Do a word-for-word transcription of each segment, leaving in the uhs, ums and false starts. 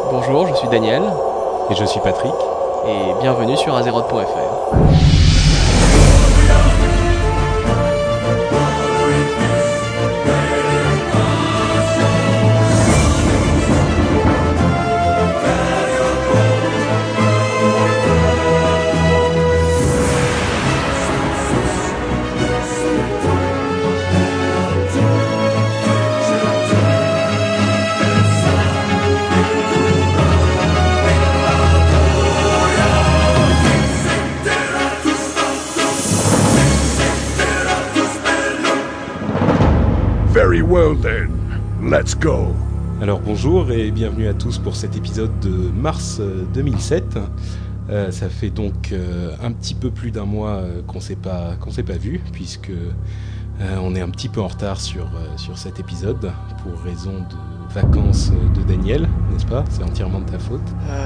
Bonjour, je suis Daniel. Et je suis Patrick. Et bienvenue sur Azeroth point F R. Very well then, let's go. Alors bonjour et bienvenue à tous pour cet épisode de mars deux mille sept. Euh, ça fait donc euh, un petit peu plus d'un mois euh, qu'on s'est pas qu'on s'est pas vu, puisque euh, on est un petit peu en retard sur euh, sur cet épisode pour raison de vacances de Daniel, n'est-ce pas? C'est entièrement de ta faute.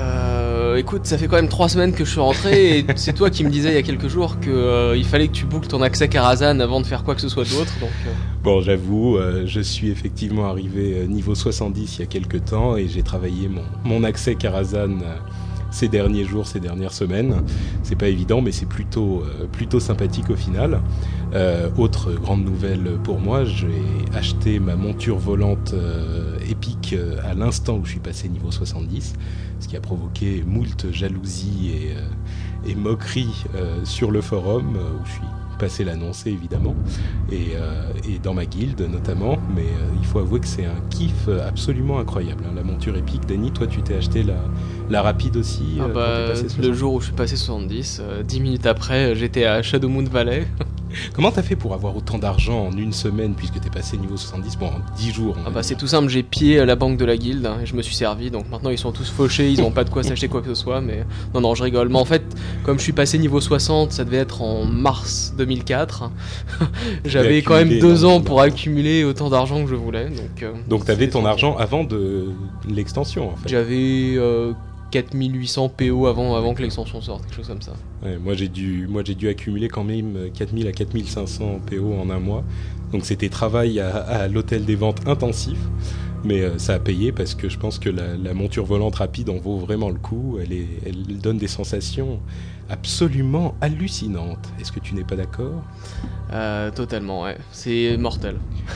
Euh, écoute, ça fait quand même trois semaines que je suis rentré et c'est toi qui me disais il y a quelques jours qu'il euh, fallait que tu bookes ton accès Karazhan avant de faire quoi que ce soit d'autre. Donc, euh... Bon, j'avoue, euh, je suis effectivement arrivé euh, niveau soixante-dix il y a quelques temps et j'ai travaillé mon, mon accès Karazhan euh, ces derniers jours, ces dernières semaines. C'est pas évident, mais c'est plutôt, euh, plutôt sympathique au final. Euh, autre grande nouvelle pour moi, j'ai acheté ma monture volante euh, épique euh, à l'instant où je suis passé niveau soixante-dix, ce qui a provoqué moult jalousie et, euh, et moquerie euh, sur le forum euh, où je suis passé l'annoncer évidemment, et, euh, et dans ma guilde notamment, mais euh, il faut avouer que c'est un kiff absolument incroyable, hein, la monture épique. Dany, toi tu t'es acheté la, la rapide aussi ah euh, bah, quand t'es passé soixante-dix. Le jour où je suis passé soixante-dix, euh, dix minutes après j'étais à Shadowmoon Valley. Comment t'as fait pour avoir autant d'argent en une semaine puisque t'es passé niveau soixante-dix? Bon, en dix jours. Ah bah c'est tout simple, j'ai pillé la banque de la guilde hein, et je me suis servi, donc maintenant ils sont tous fauchés, ils ont pas de quoi s'acheter quoi que ce soit, mais non non je rigole. Mais en fait, comme je suis passé niveau soixante, ça devait être en mars deux mille quatre, j'avais quand même deux ans pour accumuler autant d'argent que je voulais. Donc, euh, donc t'avais ton argent avant de l'extension en fait. J'avais euh, quatre mille huit cents P O avant, avant que l'extension sorte, quelque chose comme ça. Ouais, moi, j'ai dû, moi j'ai dû accumuler quand même quatre mille à quatre mille cinq cents P O en un mois. Donc c'était travail à, à l'hôtel des ventes intensif. Mais euh, ça a payé parce que je pense que la, la monture volante rapide en vaut vraiment le coup. Elle, est, elle donne des sensations absolument hallucinantes. Est-ce que tu n'es pas d'accord ? euh, Totalement, ouais. C'est mortel.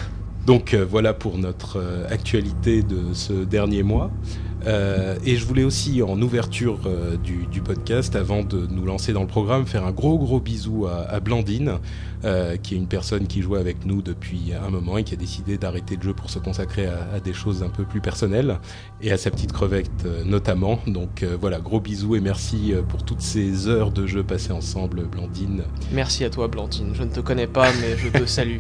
Donc euh, voilà pour notre euh, actualité de ce dernier mois. Euh, et je voulais aussi, en ouverture euh, du, du podcast, avant de nous lancer dans le programme, faire un gros gros bisou à, à Blandine, euh, qui est une personne qui jouait avec nous depuis un moment et qui a décidé d'arrêter le jeu pour se consacrer à, à des choses un peu plus personnelles, et à sa petite crevette euh, notamment. Donc euh, voilà, gros bisous et merci euh, pour toutes ces heures de jeu passées ensemble, Blandine. Merci à toi, Blandine. Je ne te connais pas, mais je te salue.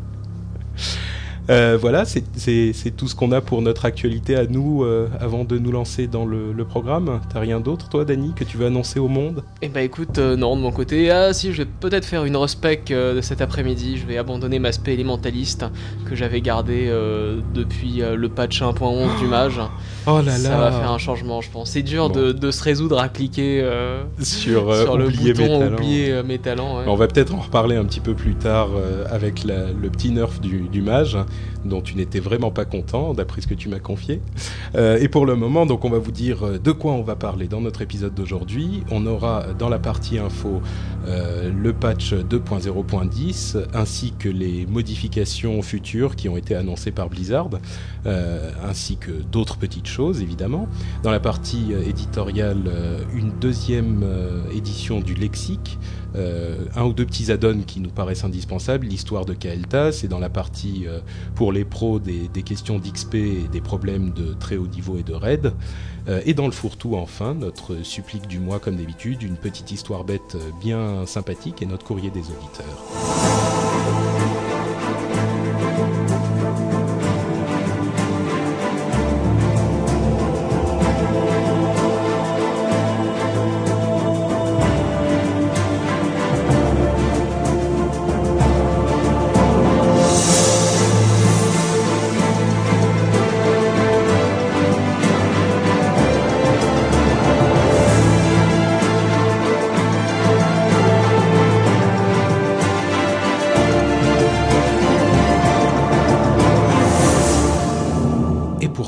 Euh, voilà, c'est, c'est, c'est tout ce qu'on a pour notre actualité à nous euh, avant de nous lancer dans le, le programme. T'as rien d'autre, toi, Dany, que tu veux annoncer au monde ? Eh bah écoute, euh, non, de mon côté. Ah si, je vais peut-être faire une respec euh, de cet après-midi. Je vais abandonner ma spé élémentaliste que j'avais gardée euh, depuis euh, le patch un point onze du mage. Oh là là. Ça va faire un changement, je pense. C'est dur bon. de, de se résoudre à cliquer euh, sur, euh, sur le oublier bouton mes oublier euh, mes talents. Ouais. On va peut-être en reparler un petit peu plus tard euh, avec la, le petit nerf du, du mage, dont tu n'étais vraiment pas content, d'après ce que tu m'as confié. Euh, et pour le moment, donc, on va vous dire de quoi on va parler dans notre épisode d'aujourd'hui. On aura dans la partie info euh, le patch deux point zéro point dix, ainsi que les modifications futures qui ont été annoncées par Blizzard, euh, ainsi que d'autres petites choses, évidemment. Dans la partie euh, éditoriale, euh, une deuxième euh, édition du lexique, Euh, un ou deux petits add-ons qui nous paraissent indispensables, l'histoire de Kael'thas, et dans la partie euh, pour les pros des, des questions d'X P et des problèmes de très haut niveau et de raid, euh, et dans le fourre-tout enfin, notre supplique du mois comme d'habitude, une petite histoire bête bien sympathique et notre courrier des auditeurs.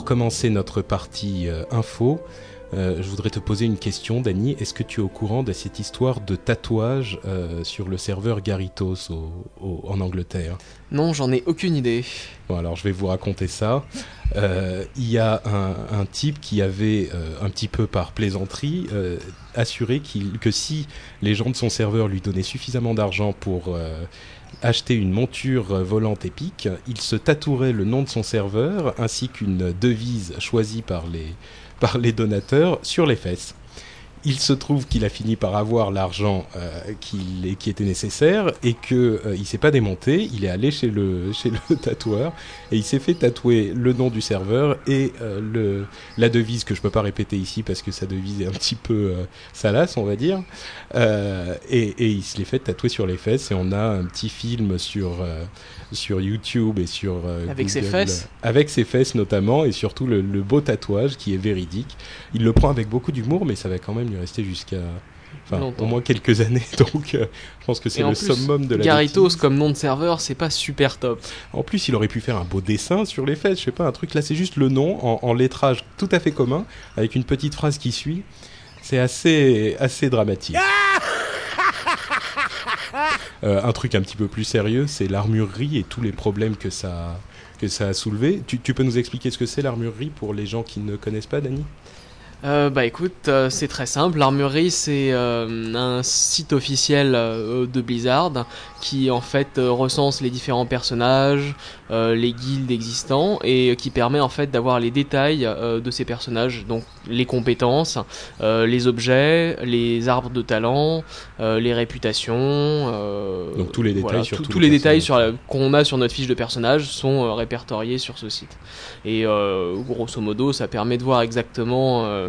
commencer notre partie euh, info, euh, je voudrais te poser une question, Dany. Est-ce que tu es au courant de cette histoire de tatouage euh, sur le serveur Garithos au, au, en Angleterre ? Non, j'en ai aucune idée. Bon, alors je vais vous raconter ça. Euh, il y a un, un type qui avait, euh, un petit peu par plaisanterie, euh, assuré qu'il, que si les gens de son serveur lui donnaient suffisamment d'argent pour euh, acheter une monture volante épique, il se tatouerait le nom de son serveur ainsi qu'une devise choisie par les, par les donateurs sur les fesses. Il se trouve qu'il a fini par avoir l'argent euh, qu'il, qui était nécessaire et qu'il euh, ne s'est pas démonté. Il est allé chez le, chez le tatoueur et il s'est fait tatouer le nom du serveur et euh, le, la devise que je ne peux pas répéter ici parce que sa devise est un petit peu euh, salace, on va dire. Euh, et, et il se l'est fait tatouer sur les fesses et on a un petit film sur, euh, sur YouTube et sur euh, Avec Google, ses fesses avec ses fesses notamment et surtout le, le beau tatouage qui est véridique. Il le prend avec beaucoup d'humour mais ça va quand même lui rester jusqu'à enfin, au moins quelques années, donc euh, je pense que c'est et le plus, summum de la Garithos bêtise. comme nom de serveur, c'est pas super top. En plus, il aurait pu faire un beau dessin sur les fesses, je sais pas, un truc là, c'est juste le nom en, en lettrage tout à fait commun, avec une petite phrase qui suit. C'est assez, assez dramatique. euh, un truc un petit peu plus sérieux, c'est l'armurerie et tous les problèmes que ça, que ça a soulevé. Tu, tu peux nous expliquer ce que c'est l'armurerie pour les gens qui ne connaissent pas, Dany ? Euh, bah écoute, euh, c'est très simple. L'armurerie, c'est euh, un site officiel euh, de Blizzard qui en fait euh, recense les différents personnages, euh, les guildes existants et qui permet en fait d'avoir les détails euh, de ces personnages, donc les compétences, euh, les objets, les arbres de talent, euh, les réputations. Euh, donc tous les détails voilà, sur tout, tous tous les les détails sur personnages. la, qu'on a sur notre fiche de personnage sont euh, répertoriés sur ce site. Et euh, grosso modo, ça permet de voir exactement euh,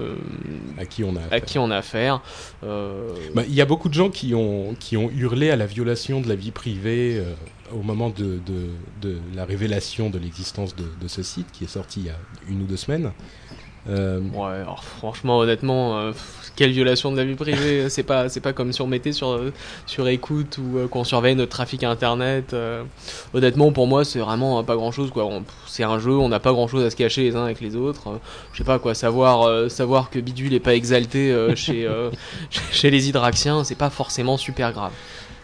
à qui on a affaire. À qui on a affaire. Euh... Bah, y a beaucoup de gens qui ont, qui ont hurlé à la violation de la vie privée euh, au moment de, de, de la révélation de l'existence de, de ce site qui est sorti il y a une ou deux semaines. Euh... Ouais, alors franchement, honnêtement, euh, quelle violation de la vie privée. C'est pas, c'est pas comme si on mettait sur, sur écoute ou euh, qu'on surveille notre trafic internet. Euh, honnêtement, pour moi, c'est vraiment euh, pas grand chose, quoi. On, c'est un jeu, on n'a pas grand chose à se cacher les uns avec les autres. Euh, je sais pas quoi, savoir, euh, savoir que Bidule est pas exalté euh, chez, euh, chez les Hydraxiens, c'est pas forcément super grave.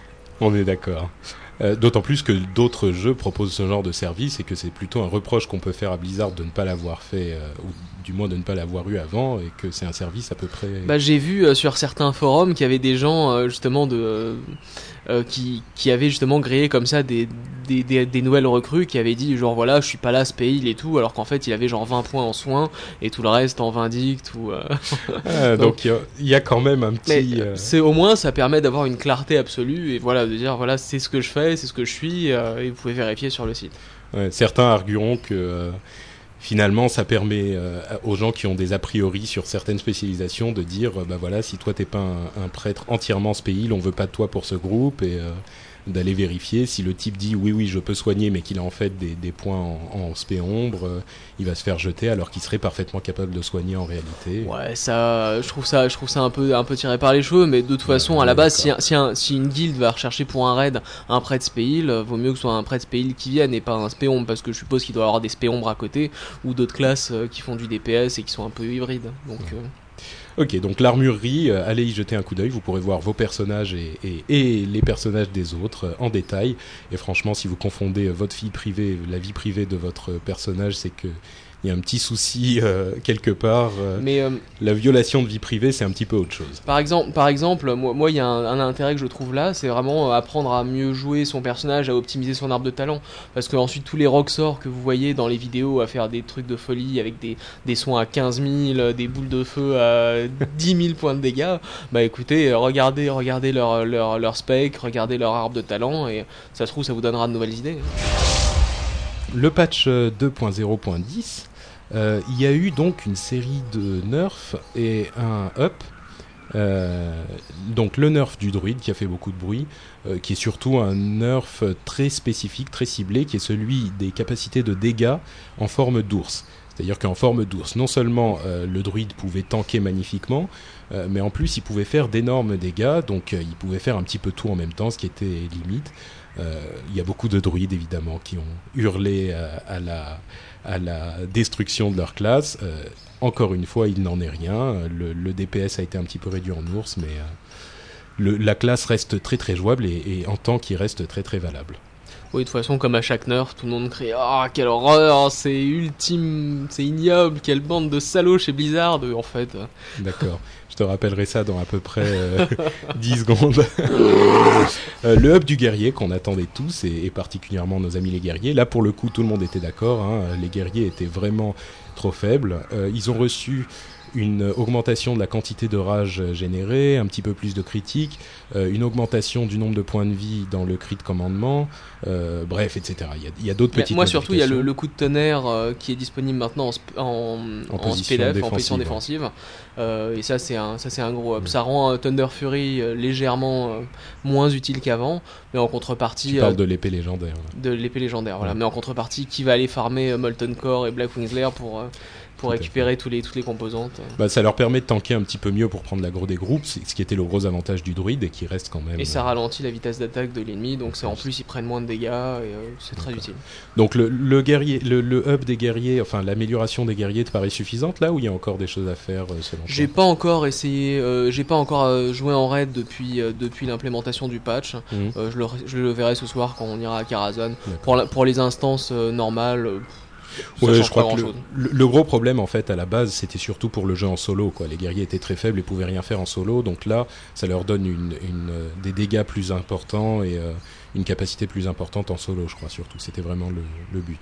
On est d'accord. Euh, d'autant plus que d'autres jeux proposent ce genre de service et que c'est plutôt un reproche qu'on peut faire à Blizzard de ne pas l'avoir fait, euh, ou du moins de ne pas l'avoir eu avant, et que c'est un service à peu près... Bah, j'ai vu euh, sur certains forums qu'il y avait des gens euh, justement de... Euh, euh, qui, qui avaient justement grillé comme ça des, des, des, des nouvelles recrues qui avaient dit genre voilà je suis pas là spéil et tout, alors qu'en fait il avait genre vingt points en soins et tout le reste en vindicte ou... Euh... ah, donc il y, y a quand même un petit... Mais, euh... c'est, au moins ça permet d'avoir une clarté absolue et voilà, de dire voilà c'est ce que je fais, c'est ce que je suis euh, et vous pouvez vérifier sur le site. Ouais, certains argueront que... Euh... Finalement, ça permet euh, aux gens qui ont des a priori sur certaines spécialisations de dire, euh, bah voilà, si toi t'es pas un, un prêtre entièrement spéil, on veut pas de toi pour ce groupe, et euh, d'aller vérifier si le type dit oui oui je peux soigner mais qu'il a en fait des, des points en, en spé ombre, euh, il va se faire jeter alors qu'il serait parfaitement capable de soigner en réalité. Ouais, ça, je trouve ça, je trouve ça un peu, un peu tiré par les cheveux, mais de toute ouais, façon, à la base, si, si, un, si une guilde va rechercher pour un raid un prêtre spéil, vaut mieux que ce soit un prêtre spéil qui vienne et pas un spé ombre, parce que je suppose qu'il doit y avoir des spé ombres à côté ou d'autres classes euh, qui font du D P S et qui sont un peu hybrides. Donc. Ouais. Euh... Ok, donc l'armurerie, euh, allez y jeter un coup d'œil, vous pourrez voir vos personnages et, et, et les personnages des autres euh, en détail. Et franchement, si vous confondez euh, votre vie privée, la vie privée de votre personnage, c'est que il y a un petit souci euh, quelque part. Euh, Mais euh, la violation de vie privée, c'est un petit peu autre chose. Par exemple, par exemple, moi, moi, il y a un, un intérêt que je trouve là, c'est vraiment apprendre à mieux jouer son personnage, à optimiser son arbre de talent, parce que ensuite tous les roxors que vous voyez dans les vidéos à faire des trucs de folie avec des des soins à quinze mille, des boules de feu à dix mille points de dégâts, bah écoutez, regardez, regardez leur leur leur spec, regardez leur arbre de talent, et ça se trouve ça vous donnera de nouvelles idées. Le patch deux point zéro point dix, euh, il y a eu donc une série de nerfs et un up. Euh, donc le nerf du druide qui a fait beaucoup de bruit, euh, qui est surtout un nerf très spécifique, très ciblé, qui est celui des capacités de dégâts en forme d'ours. C'est-à-dire qu'en forme d'ours, non seulement euh, le druide pouvait tanker magnifiquement, euh, mais en plus il pouvait faire d'énormes dégâts, donc euh, il pouvait faire un petit peu tout en même temps, ce qui était limite. Euh, il y a beaucoup de druides évidemment qui ont hurlé à, à, la, à la destruction de leur classe. Euh, encore une fois, il n'en est rien. Le, le D P S a été un petit peu réduit en ours, mais euh, le, la classe reste très très jouable et, et en tant qu'il reste très très valable. Oui, de toute façon, comme à chaque nerf, tout le monde crie « Ah, oh, quelle horreur, c'est ultime, c'est ignoble, quelle bande de salauds chez Blizzard !» En fait. D'accord, je te rappellerai ça dans à peu près euh, dix secondes. euh, le hub du guerrier qu'on attendait tous, et, et particulièrement nos amis les guerriers, là pour le coup tout le monde était d'accord, hein, les guerriers étaient vraiment trop faibles. Euh, ils ont reçu une augmentation de la quantité de rage générée, un petit peu plus de critiques, euh, une augmentation du nombre de points de vie dans le crit de commandement, euh, bref, et cetera. Il y a, il y a d'autres Mais petites moi surtout, il y a le, modifications. le coup de tonnerre euh, qui est disponible maintenant en, sp- en, En en position spé def, en défensive, position ouais. défensive. Euh, et ça c'est un, ça c'est un gros up. Ouais. Ça rend euh, Thunder Fury euh, légèrement euh, moins utile qu'avant, mais en contrepartie... Tu parles euh, de l'épée légendaire. là. de l'épée légendaire, voilà. Ouais. Mais en contrepartie, qui va aller farmer euh, Molten Core et Blackwing Lair pour, euh, pour Tout à récupérer tous les, toutes les composantes. Bah, ça leur permet de tanker un petit peu mieux pour prendre l'aggro des groupes, c'est- ce qui était le gros avantage du druide et qui reste quand même... Et ça euh, ralentit la vitesse d'attaque de l'ennemi, donc c'est en plus. plus ils prennent moins de dégâts et euh, c'est très D'accord. utile. Donc le, le, guerrier, le, le hub des guerriers, enfin l'amélioration des guerriers te paraît suffisante là, ou il y a encore des choses à faire euh, selon toi? J'ai pas encore essayé, euh, j'ai pas encore euh, joué en raid depuis, euh, depuis l'implémentation du patch. Mhm. Euh, je, le, je le verrai ce soir quand on ira à Karazhan. D'accord. Pour, la- pour les instances euh, normales, euh, ça Ouais, change je crois pas que grand le, chose. le- le gros problème en fait à la base c'était surtout pour le jeu en solo quoi. Les guerriers étaient très faibles et pouvaient rien faire en solo, donc là ça leur donne une, une, euh, des dégâts plus importants et euh, une capacité plus importante en solo, je crois surtout. C'était vraiment le, le but.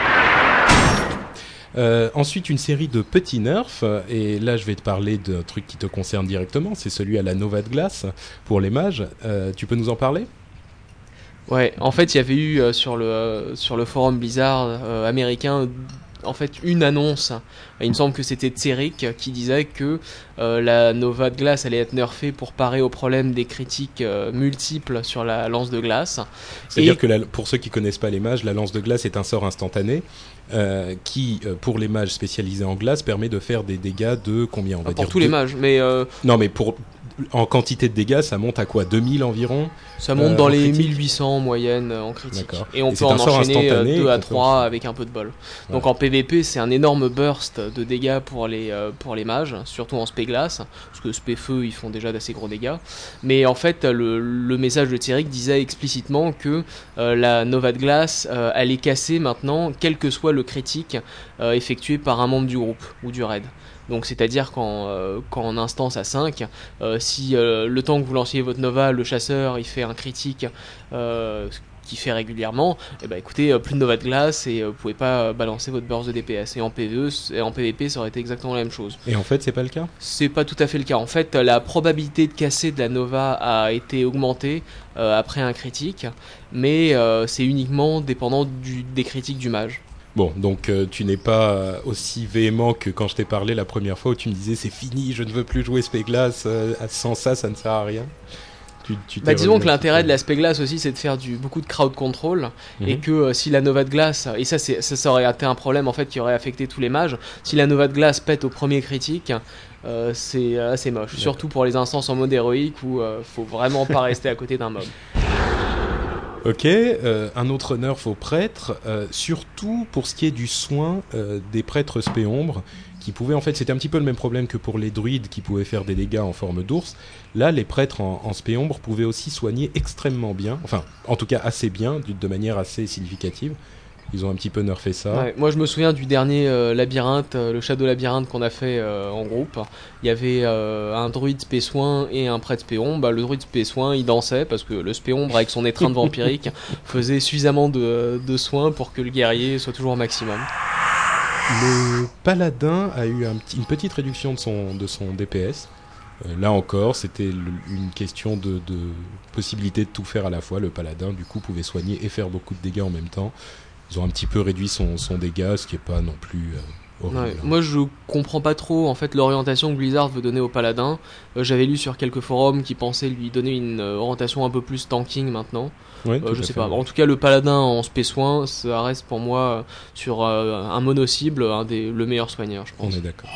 Euh, ensuite, une série de petits nerfs, euh, et là je vais te parler d'un truc qui te concerne directement, c'est celui à la Nova de glace pour les mages. Euh, tu peux nous en parler? Ouais, en fait, il y avait eu euh, sur le euh, sur le forum Blizzard euh, américain en fait une annonce. Il me semble que c'était Tseric qui disait que euh, la Nova de glace allait être nerfée pour parer au problème des critiques euh, multiples sur la lance de glace. C'est-à-dire Et- que la- pour ceux qui connaissent pas les mages, la lance de glace est un sort instantané euh, qui, euh, pour les mages spécialisés en glace, permet de faire des dégâts de combien on va pour dire tous les deux- mages, mais euh, Non, mais pour en quantité de dégâts, ça monte à quoi? deux mille environ? ça monte Euh, dans en les critique. mille huit cents en moyenne euh, en critique. D'accord. Et on Et peut c'est en un sort enchaîner instantané deux à qu'on peut trois enchaîner. avec un peu de bol. Donc Ouais. en P V P, c'est un énorme burst de dégâts pour les, euh, pour les mages, surtout en spé glace, parce que spé feu, ils font déjà d'assez gros dégâts. Mais en fait, le, le message de Tseric disait explicitement que euh, la Nova de glace euh, allait casser maintenant, quel que soit le critique euh, effectué par un membre du groupe ou du raid. Donc c'est-à-dire qu'en euh, qu'en instance à cinq, euh, si euh, le temps que vous lanciez votre Nova, le chasseur il fait un critique euh, qui fait régulièrement, et ben écoutez, euh, plus de Nova de glace et euh, vous pouvez pas euh, balancer votre burst de D P S. Et en P V E, c- et en P V P ça aurait été exactement la même chose. Et en fait, c'est pas le cas? C'est pas tout à fait le cas. En fait, la probabilité de casser de la Nova a été augmentée euh, après un critique, mais euh, c'est uniquement dépendant du, des critiques du mage. Bon, donc euh, tu n'es pas euh, aussi véhément que quand je t'ai parlé la première fois où tu me disais c'est fini, je ne veux plus jouer Spéglace, euh, sans ça, ça ne sert à rien. Tu, tu t'es Bah disons remis que un l'intérêt petit de l'aspect glace aussi c'est de faire du, beaucoup de crowd control peu. et Mhm. que euh, si la Nova de glace, et ça, c'est, ça ça aurait été un problème en fait qui aurait affecté tous les mages, si la Nova de glace pète au premier critique, euh, c'est assez moche, D'accord. surtout pour les instances en mode héroïque où euh, faut vraiment pas rester à côté d'un mob. Ok, euh, un autre nerf aux prêtres, euh, surtout pour ce qui est du soin euh, des prêtres spé-ombre, qui pouvaient en fait, c'était un petit peu le même problème que pour les druides qui pouvaient faire des dégâts en forme d'ours. Là, les prêtres en, en spé-ombre pouvaient aussi soigner extrêmement bien, enfin, en tout cas assez bien, de, de manière assez significative. Ils ont un petit peu nerfé ça. Ouais, moi je me souviens du dernier euh, labyrinthe, euh, le Shadow Labyrinthe qu'on a fait euh, en groupe. Il y avait euh, un druide spé soin et un prêtre spé ombre. Bah, le druide spé soin il dansait parce que le spé ombre avec son étreinte vampirique faisait suffisamment de, de soins pour que le guerrier soit toujours au maximum. Le paladin a eu un petit- une petite réduction de son, de son D P S. Euh, là encore, c'était le- une question de, de possibilité de tout faire à la fois. Le paladin, du coup, pouvait soigner et faire beaucoup de dégâts en même temps. Ils ont un petit peu réduit son, son dégât, ce qui n'est pas non plus euh, horrible. Ouais, moi je comprends pas trop en fait l'orientation que Blizzard veut donner au paladin. Euh, j'avais lu sur quelques forums qui pensaient lui donner une euh, orientation un peu plus tanking maintenant. Ouais, Euh, tout je à sais fait. pas. En tout cas, le paladin en spé soin, ça reste pour moi euh, sur euh, un mono-cible, un des, le meilleur soigneur, je On pense. est d'accord.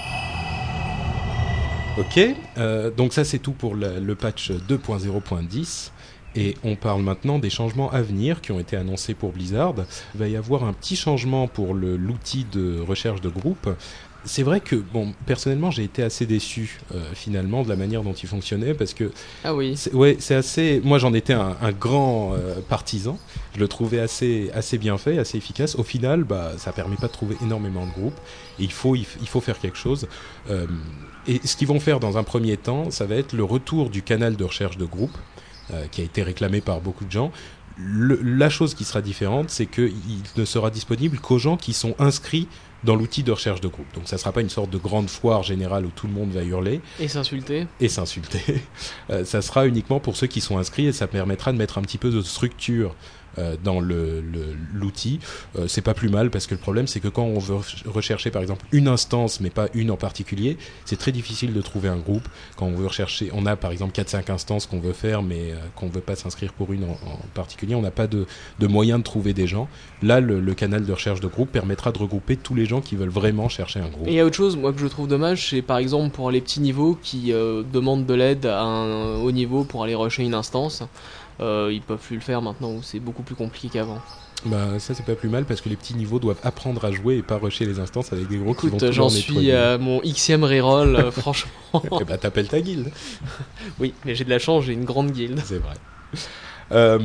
Ok, euh, donc ça c'est tout pour la- le patch deux point zéro point dix. Et on parle maintenant des changements à venir qui ont été annoncés pour Blizzard. Il va y avoir un petit changement pour le, l'outil de recherche de groupe. C'est vrai que, bon, personnellement, j'ai été assez déçu, euh, finalement, de la manière dont il fonctionnait, parce que... Ah oui. C'est, ouais, c'est assez... Moi, j'en étais un, un grand euh, partisan. Je le trouvais assez, assez bien fait, assez efficace. Au final, bah, ça permet pas de trouver énormément de groupes. Et il faut, il, il faut faire quelque chose. Euh, et ce qu'ils vont faire dans un premier temps, ça va être le retour du canal de recherche de groupe, euh, qui a été réclamé par beaucoup de gens. Le, la chose qui sera différente, c'est qu'il ne sera disponible qu'aux gens qui sont inscrits dans l'outil de recherche de groupe. Donc ça ne sera pas une sorte de grande foire générale où tout le monde va hurler. Et s'insulter. Et s'insulter. euh, ça sera uniquement pour ceux qui sont inscrits et ça permettra de mettre un petit peu de structure euh, dans le, le, l'outil. Euh, c'est pas plus mal parce que le problème c'est que quand on veut rechercher par exemple une instance mais pas une en particulier, c'est très difficile de trouver un groupe. Quand on veut rechercher, on a par exemple quatre cinq instances qu'on veut faire mais euh, qu'on veut pas s'inscrire pour une en, en particulier, on n'a pas de, de moyen de trouver des gens. Là, le, le canal de recherche de groupe permettra de regrouper tous les gens qui veulent vraiment chercher un groupe. Et il y a autre chose, moi, que je trouve dommage, c'est par exemple pour les petits niveaux qui euh, demandent de l'aide à un haut niveau pour aller rusher une instance. Euh, ils peuvent plus le faire maintenant, où c'est beaucoup plus compliqué qu'avant. Bah ça c'est pas plus mal parce que les petits niveaux doivent apprendre à jouer et pas rusher les instances avec des gros Écoute, qui vont j'en suis à euh, mon xème reroll, euh, franchement. Et bah t'appelles ta guilde. Oui, mais j'ai de la chance, j'ai une grande guilde. C'est vrai. Euh,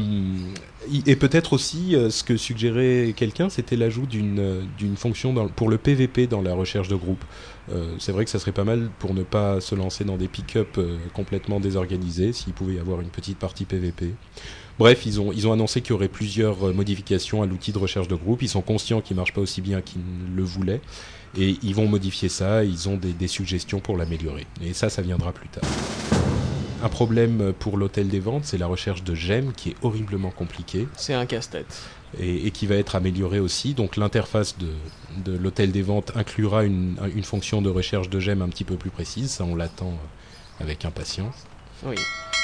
et peut-être aussi, euh, ce que suggérait quelqu'un, c'était l'ajout d'une, euh, d'une fonction dans, pour le P V P dans la recherche de groupe. Euh, c'est vrai que ça serait pas mal pour ne pas se lancer dans des pick-up euh, complètement désorganisés, s'il pouvait y avoir une petite partie P V P. Bref, ils ont, ils ont annoncé qu'il y aurait plusieurs euh, modifications à l'outil de recherche de groupe. Ils sont conscients qu'il ne marche pas aussi bien qu'ils le voulaient. Et ils vont modifier ça, ils ont des, des suggestions pour l'améliorer. Et ça, ça viendra plus tard. Un problème pour l'hôtel des ventes, c'est la recherche de gemmes qui est horriblement compliquée. C'est un casse-tête. Et, et qui va être améliorée aussi. Donc l'interface de, de l'hôtel des ventes inclura une, une fonction de recherche de gemmes un petit peu plus précise. Ça, on l'attend avec impatience. Oui.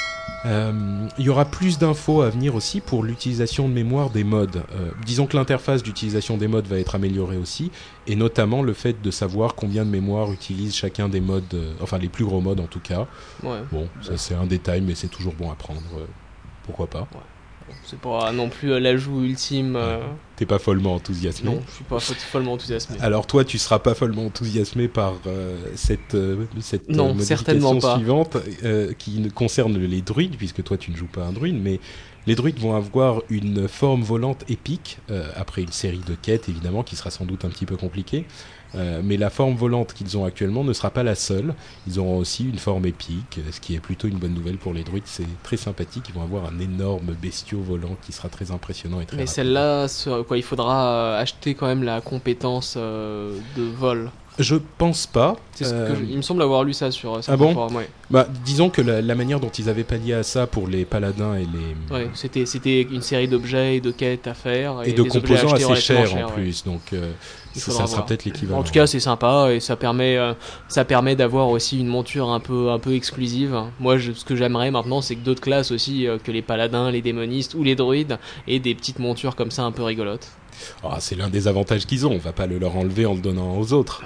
Euh, il y aura plus d'infos à venir aussi pour l'utilisation de mémoire des mods. Euh, disons que l'interface d'utilisation des mods va être améliorée aussi, et notamment le fait de savoir combien de mémoire utilise chacun des mods, euh, enfin les plus gros mods en tout cas. Ouais. Bon, ça c'est un détail, mais c'est toujours bon à prendre. Euh, pourquoi pas. Ouais. C'est pas non plus l'ajout ultime. Euh... Ouais. T'es pas follement enthousiasmé. Non, je suis pas follement enthousiasmé. Alors toi, tu seras pas follement enthousiasmé par euh, cette, euh, cette non, euh, modification pas. suivante euh, qui concerne les druides, puisque toi tu ne joues pas un druide, mais les druides vont avoir une forme volante épique, euh, après une série de quêtes évidemment, qui sera sans doute un petit peu compliquée. Euh, mais la forme volante qu'ils ont actuellement ne sera pas la seule. Ils auront aussi une forme épique, ce qui est plutôt une bonne nouvelle pour les druides. C'est très sympathique. Ils vont avoir un énorme bestiau volant qui sera très impressionnant et très mais rapide. Celle-là, quoi, il faudra acheter quand même la compétence euh, de vol. Je pense pas. C'est ce euh... que je... Il me semble avoir lu ça sur ah bon forum, ouais. Bah, disons que la, la manière dont ils avaient pallié à ça pour les paladins et les... Ouais, c'était, c'était une série d'objets et de quêtes à faire. Et, et de composants assez chers cher, en ouais. plus, donc euh, ça, ça sera peut-être l'équivalent. En tout cas, c'est sympa et ça permet, euh, ça permet d'avoir aussi une monture un peu, un peu exclusive. Moi, je, ce que j'aimerais maintenant, c'est que d'autres classes aussi, euh, que les paladins, les démonistes ou les druides, aient des petites montures comme ça un peu rigolotes. Oh, c'est l'un des avantages qu'ils ont, on va pas le leur enlever en le donnant aux autres.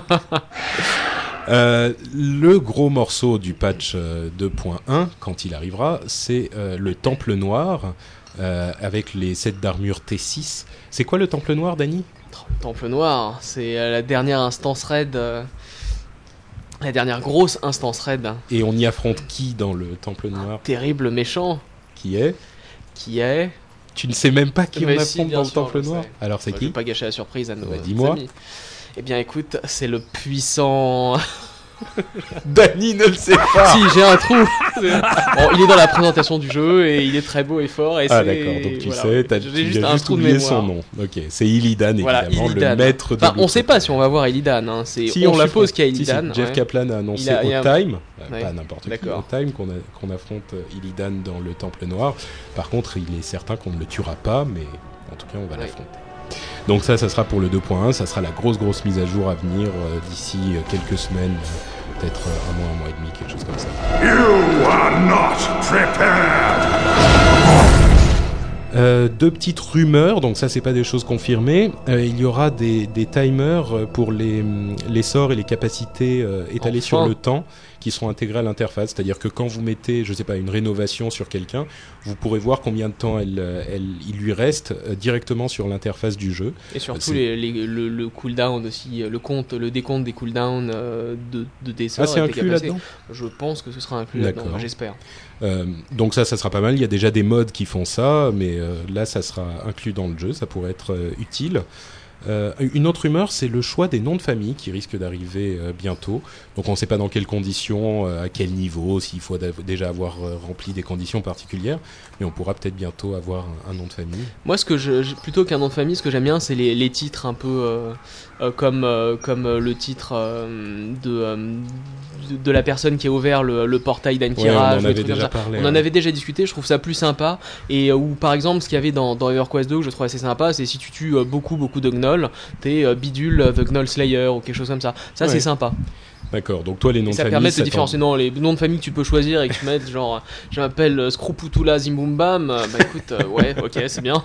euh, le gros morceau du patch euh, deux point un, quand il arrivera, c'est euh, le Temple Noir, euh, avec les sets d'armure T six. C'est quoi le Temple Noir, Dany ? Le Temple Noir, c'est euh, la dernière instance raid... Euh... La dernière grosse instance raid. Et on y affronte qui dans le Temple Noir ? Un terrible méchant. Qui est ? Qui est... Tu ne sais même pas qui mais on si, affronte dans le sûr, Temple Noir ? Alors c'est bah, qui ? Je vais pas gâcher la surprise à nos bah, dis-moi. amis. Eh bien écoute, c'est le puissant... Dany ne le sait pas. Si, j'ai un trou. Bon, il est dans la présentation du jeu et il est très beau et fort. Et ah c'est... d'accord, donc tu voilà, sais, t'as, j'ai tu juste as un juste trou de oublié mémoire. son nom. Ok, c'est Illidan voilà, évidemment, Illidan. le maître de. Enfin, on sait pas si on va voir Illidan. Hein. C'est... Si, on, on suppose suppose qu'il y a Illidan. Si, si, Jeff ouais. Kaplan a annoncé a, au a... Time, ouais. pas n'importe d'accord. qui, au Time qu'on, a, qu'on affronte Illidan dans le Temple Noir. Par contre, il est certain qu'on ne le tuera pas, mais en tout cas, on va ouais. l'affronter. Donc ça, ça sera pour le deux point un, ça sera la grosse grosse mise à jour à venir euh, d'ici euh, quelques semaines, euh, peut-être euh, un mois, un mois et demi, quelque chose comme ça. You are not prepared. Euh, deux petites rumeurs, donc ça c'est pas des choses confirmées. Euh, il y aura des, des timers pour les, les sorts et les capacités euh, étalés enfin. sur le temps qui seront intégrés à l'interface. C'est-à-dire que quand vous mettez, je sais pas, une rénovation sur quelqu'un, vous pourrez voir combien de temps elle, elle, il lui reste euh, directement sur l'interface du jeu. Et surtout les, les, le, le cooldown aussi, le compte, le décompte des cooldowns euh, de, de des sorts. Ah, c'est inclus là-dedans ? Je pense que ce sera inclus là-dedans, enfin, j'espère. Euh, donc ça, ça sera pas mal. Il y a déjà des mods qui font ça, mais euh, là, ça sera inclus dans le jeu. Ça pourrait être euh, utile. Euh, une autre rumeur, c'est le choix des noms de famille qui risque d'arriver euh, bientôt. Donc on ne sait pas dans quelles conditions, euh, à quel niveau, s'il faut d'av- déjà avoir euh, rempli des conditions particulières, mais on pourra peut-être bientôt avoir un, un nom de famille. Moi, ce que je, je- plutôt qu'un nom de famille, ce que j'aime bien, c'est les, les titres un peu euh, euh, comme, euh, comme euh, le titre euh, de, euh, de, de la personne qui a ouvert le, le portail d'Ankira. Ouais, on en avait déjà parlé. On ouais. en avait déjà discuté, je trouve ça plus sympa. Et euh, ou par exemple, ce qu'il y avait dans, dans EverQuest deux que je trouve assez sympa, c'est si tu tues euh, beaucoup, beaucoup de gnolls, t'es euh, bidule euh, The Gnoll Slayer ou quelque chose comme ça. Ça, Ouais. c'est sympa. D'accord, donc toi les noms Et de ça famille... permet de se ça différencier. Non, les noms de famille que tu peux choisir et que tu mets, genre, euh, je m'appelle euh, Scrouputula Zimbumbam. euh, Bah écoute, euh, ouais, ok, c'est bien.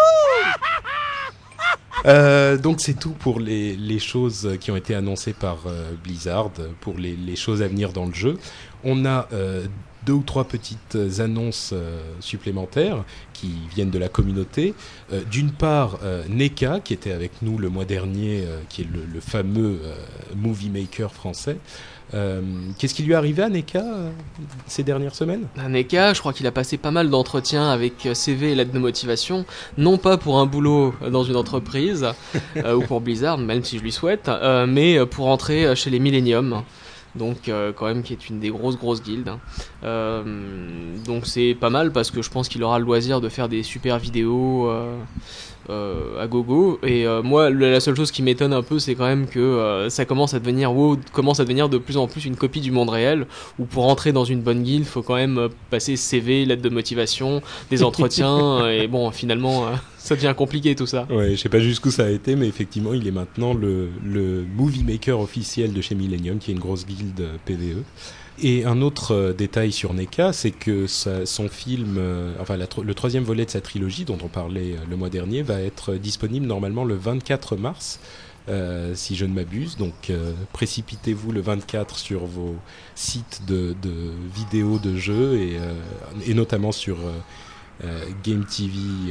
Euh, donc c'est tout pour les, les choses qui ont été annoncées par euh, Blizzard, pour les, les choses à venir dans le jeu. On a euh, deux ou trois petites annonces euh, supplémentaires qui viennent de la communauté. Euh, d'une part, euh, Neka, qui était avec nous le mois dernier, euh, qui est le, le fameux euh, movie maker français. Euh, qu'est-ce qui lui est arrivé à Neka euh, ces dernières semaines ? Neka, je crois qu'il a passé pas mal d'entretiens avec C V et lettre de motivation, non pas pour un boulot dans une entreprise euh, ou pour Blizzard, même si je lui souhaite, euh, mais pour entrer chez les Millennium. Donc euh, quand même qui est une des grosses grosses guildes. Euh, donc c'est pas mal parce que je pense qu'il aura le loisir de faire des super vidéos euh, euh, à gogo. Et euh, moi la seule chose qui m'étonne un peu c'est quand même que euh, ça commence à devenir WoW commence à devenir de plus en plus une copie du monde réel où pour entrer dans une bonne guilde faut quand même passer C V, lettre de motivation, des entretiens et bon finalement... Euh, ça devient compliqué tout ça. Ouais, je sais pas jusqu'où ça a été, mais effectivement, il est maintenant le, le movie maker officiel de chez Millennium, qui est une grosse guilde P V E. Et un autre euh, détail sur Neka, c'est que sa, son film, euh, enfin la, le troisième volet de sa trilogie, dont on parlait euh, le mois dernier, va être disponible normalement le vingt-quatre mars, euh, si je ne m'abuse. Donc euh, précipitez-vous le vingt-quatre sur vos sites de, de vidéos de jeux, et, euh, et notamment sur... Euh, Euh, Game T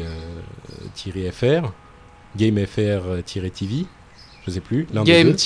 V F R, Game F R T V, je sais plus. Game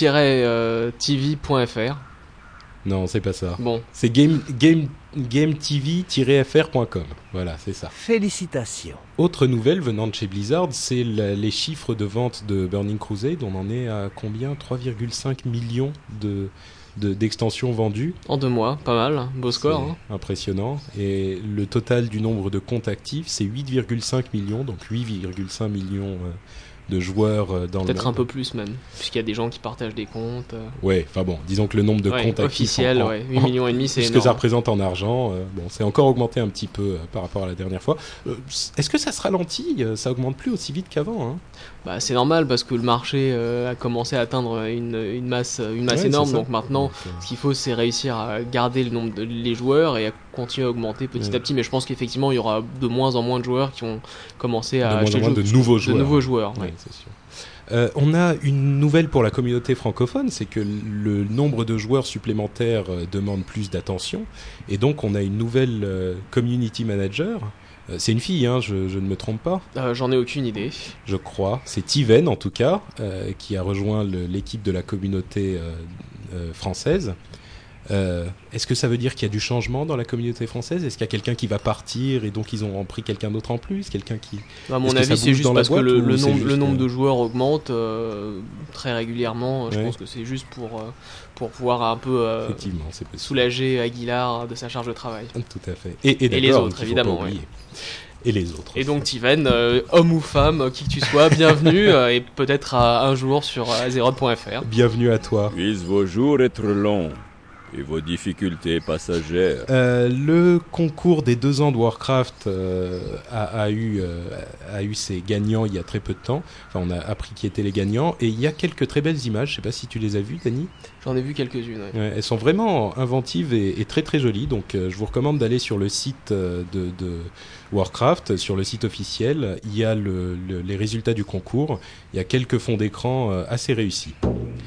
T V point F R. Non, c'est pas ça. Bon. C'est game, game, game T V F R point com. Voilà, c'est ça. Félicitations. Autre nouvelle venant de chez Blizzard, c'est la, les chiffres de vente de Burning Crusade. On en est à combien ? trois virgule cinq millions de... De, d'extensions vendues. En deux mois, pas mal, beau score. Hein. Impressionnant. Et le total du nombre de comptes actifs, c'est huit virgule cinq millions, donc huit virgule cinq millions euh, de joueurs euh, dans le monde. Peut-être un peu plus même, puisqu'il y a des gens qui partagent des comptes. Euh... Ouais, enfin bon, disons que le nombre de ouais, comptes officiels, actifs... officiels, ouais, huit millions et demi, c'est énorme. Ce que ça représente en argent, euh, bon, c'est encore augmenté un petit peu euh, par rapport à la dernière fois. Euh, est-ce que ça se ralentit ? Ça augmente plus aussi vite qu'avant, hein ? Bah, c'est normal parce que le marché euh, a commencé à atteindre une, une masse, une masse ouais, énorme. Donc maintenant, donc, euh... ce qu'il faut, c'est réussir à garder le nombre de les joueurs et à continuer à augmenter petit ouais. à petit. Mais je pense qu'effectivement, il y aura de moins en moins de joueurs qui vont commencer à de acheter moins en moins le de jeu, nouveaux joueurs. De nouveaux joueurs, ouais. Ouais. C'est sûr. Euh, on a une nouvelle pour la communauté francophone, c'est que le nombre de joueurs supplémentaires euh, demande plus d'attention, et donc on a une nouvelle euh, community manager. Euh, c'est une fille, hein, je, je ne me trompe pas. Euh, j'en ai aucune idée. Je crois. C'est Tiven en tout cas, euh, qui a rejoint le, l'équipe de la communauté euh, euh, française. Euh, est-ce que ça veut dire qu'il y a du changement dans la communauté française ? Est-ce qu'il y a quelqu'un qui va partir et donc ils ont pris quelqu'un d'autre en plus ? Quelqu'un qui... À mon avis, c'est juste parce que le, le, nombre, le nombre euh... de joueurs augmente euh, très régulièrement. Je ouais. pense que c'est juste pour, euh, pour pouvoir un peu euh, soulager Aguilar de sa charge de travail. Tout à fait. Et, et, et les autres, évidemment. Ouais. Et les autres. Et donc Tiven, euh, homme ou femme, qui que tu sois, bienvenue euh, et peut-être à, un jour sur Azeroth point F R. Bienvenue à toi. Puissent vos jours être longs. Et vos difficultés passagères. Euh, le concours des deux ans de Warcraft euh, a, a, eu, euh, a eu ses gagnants il y a très peu de temps. Enfin, on a appris qui étaient les gagnants. Et il y a quelques très belles images. Je ne sais pas si tu les as vues, Dany. J'en ai vu quelques-unes. Ouais. Ouais, elles sont vraiment inventives et, et très très jolies. Donc, euh, je vous recommande d'aller sur le site de, de Warcraft, sur le site officiel. Il y a le, le, les résultats du concours. Il y a quelques fonds d'écran euh, assez réussis.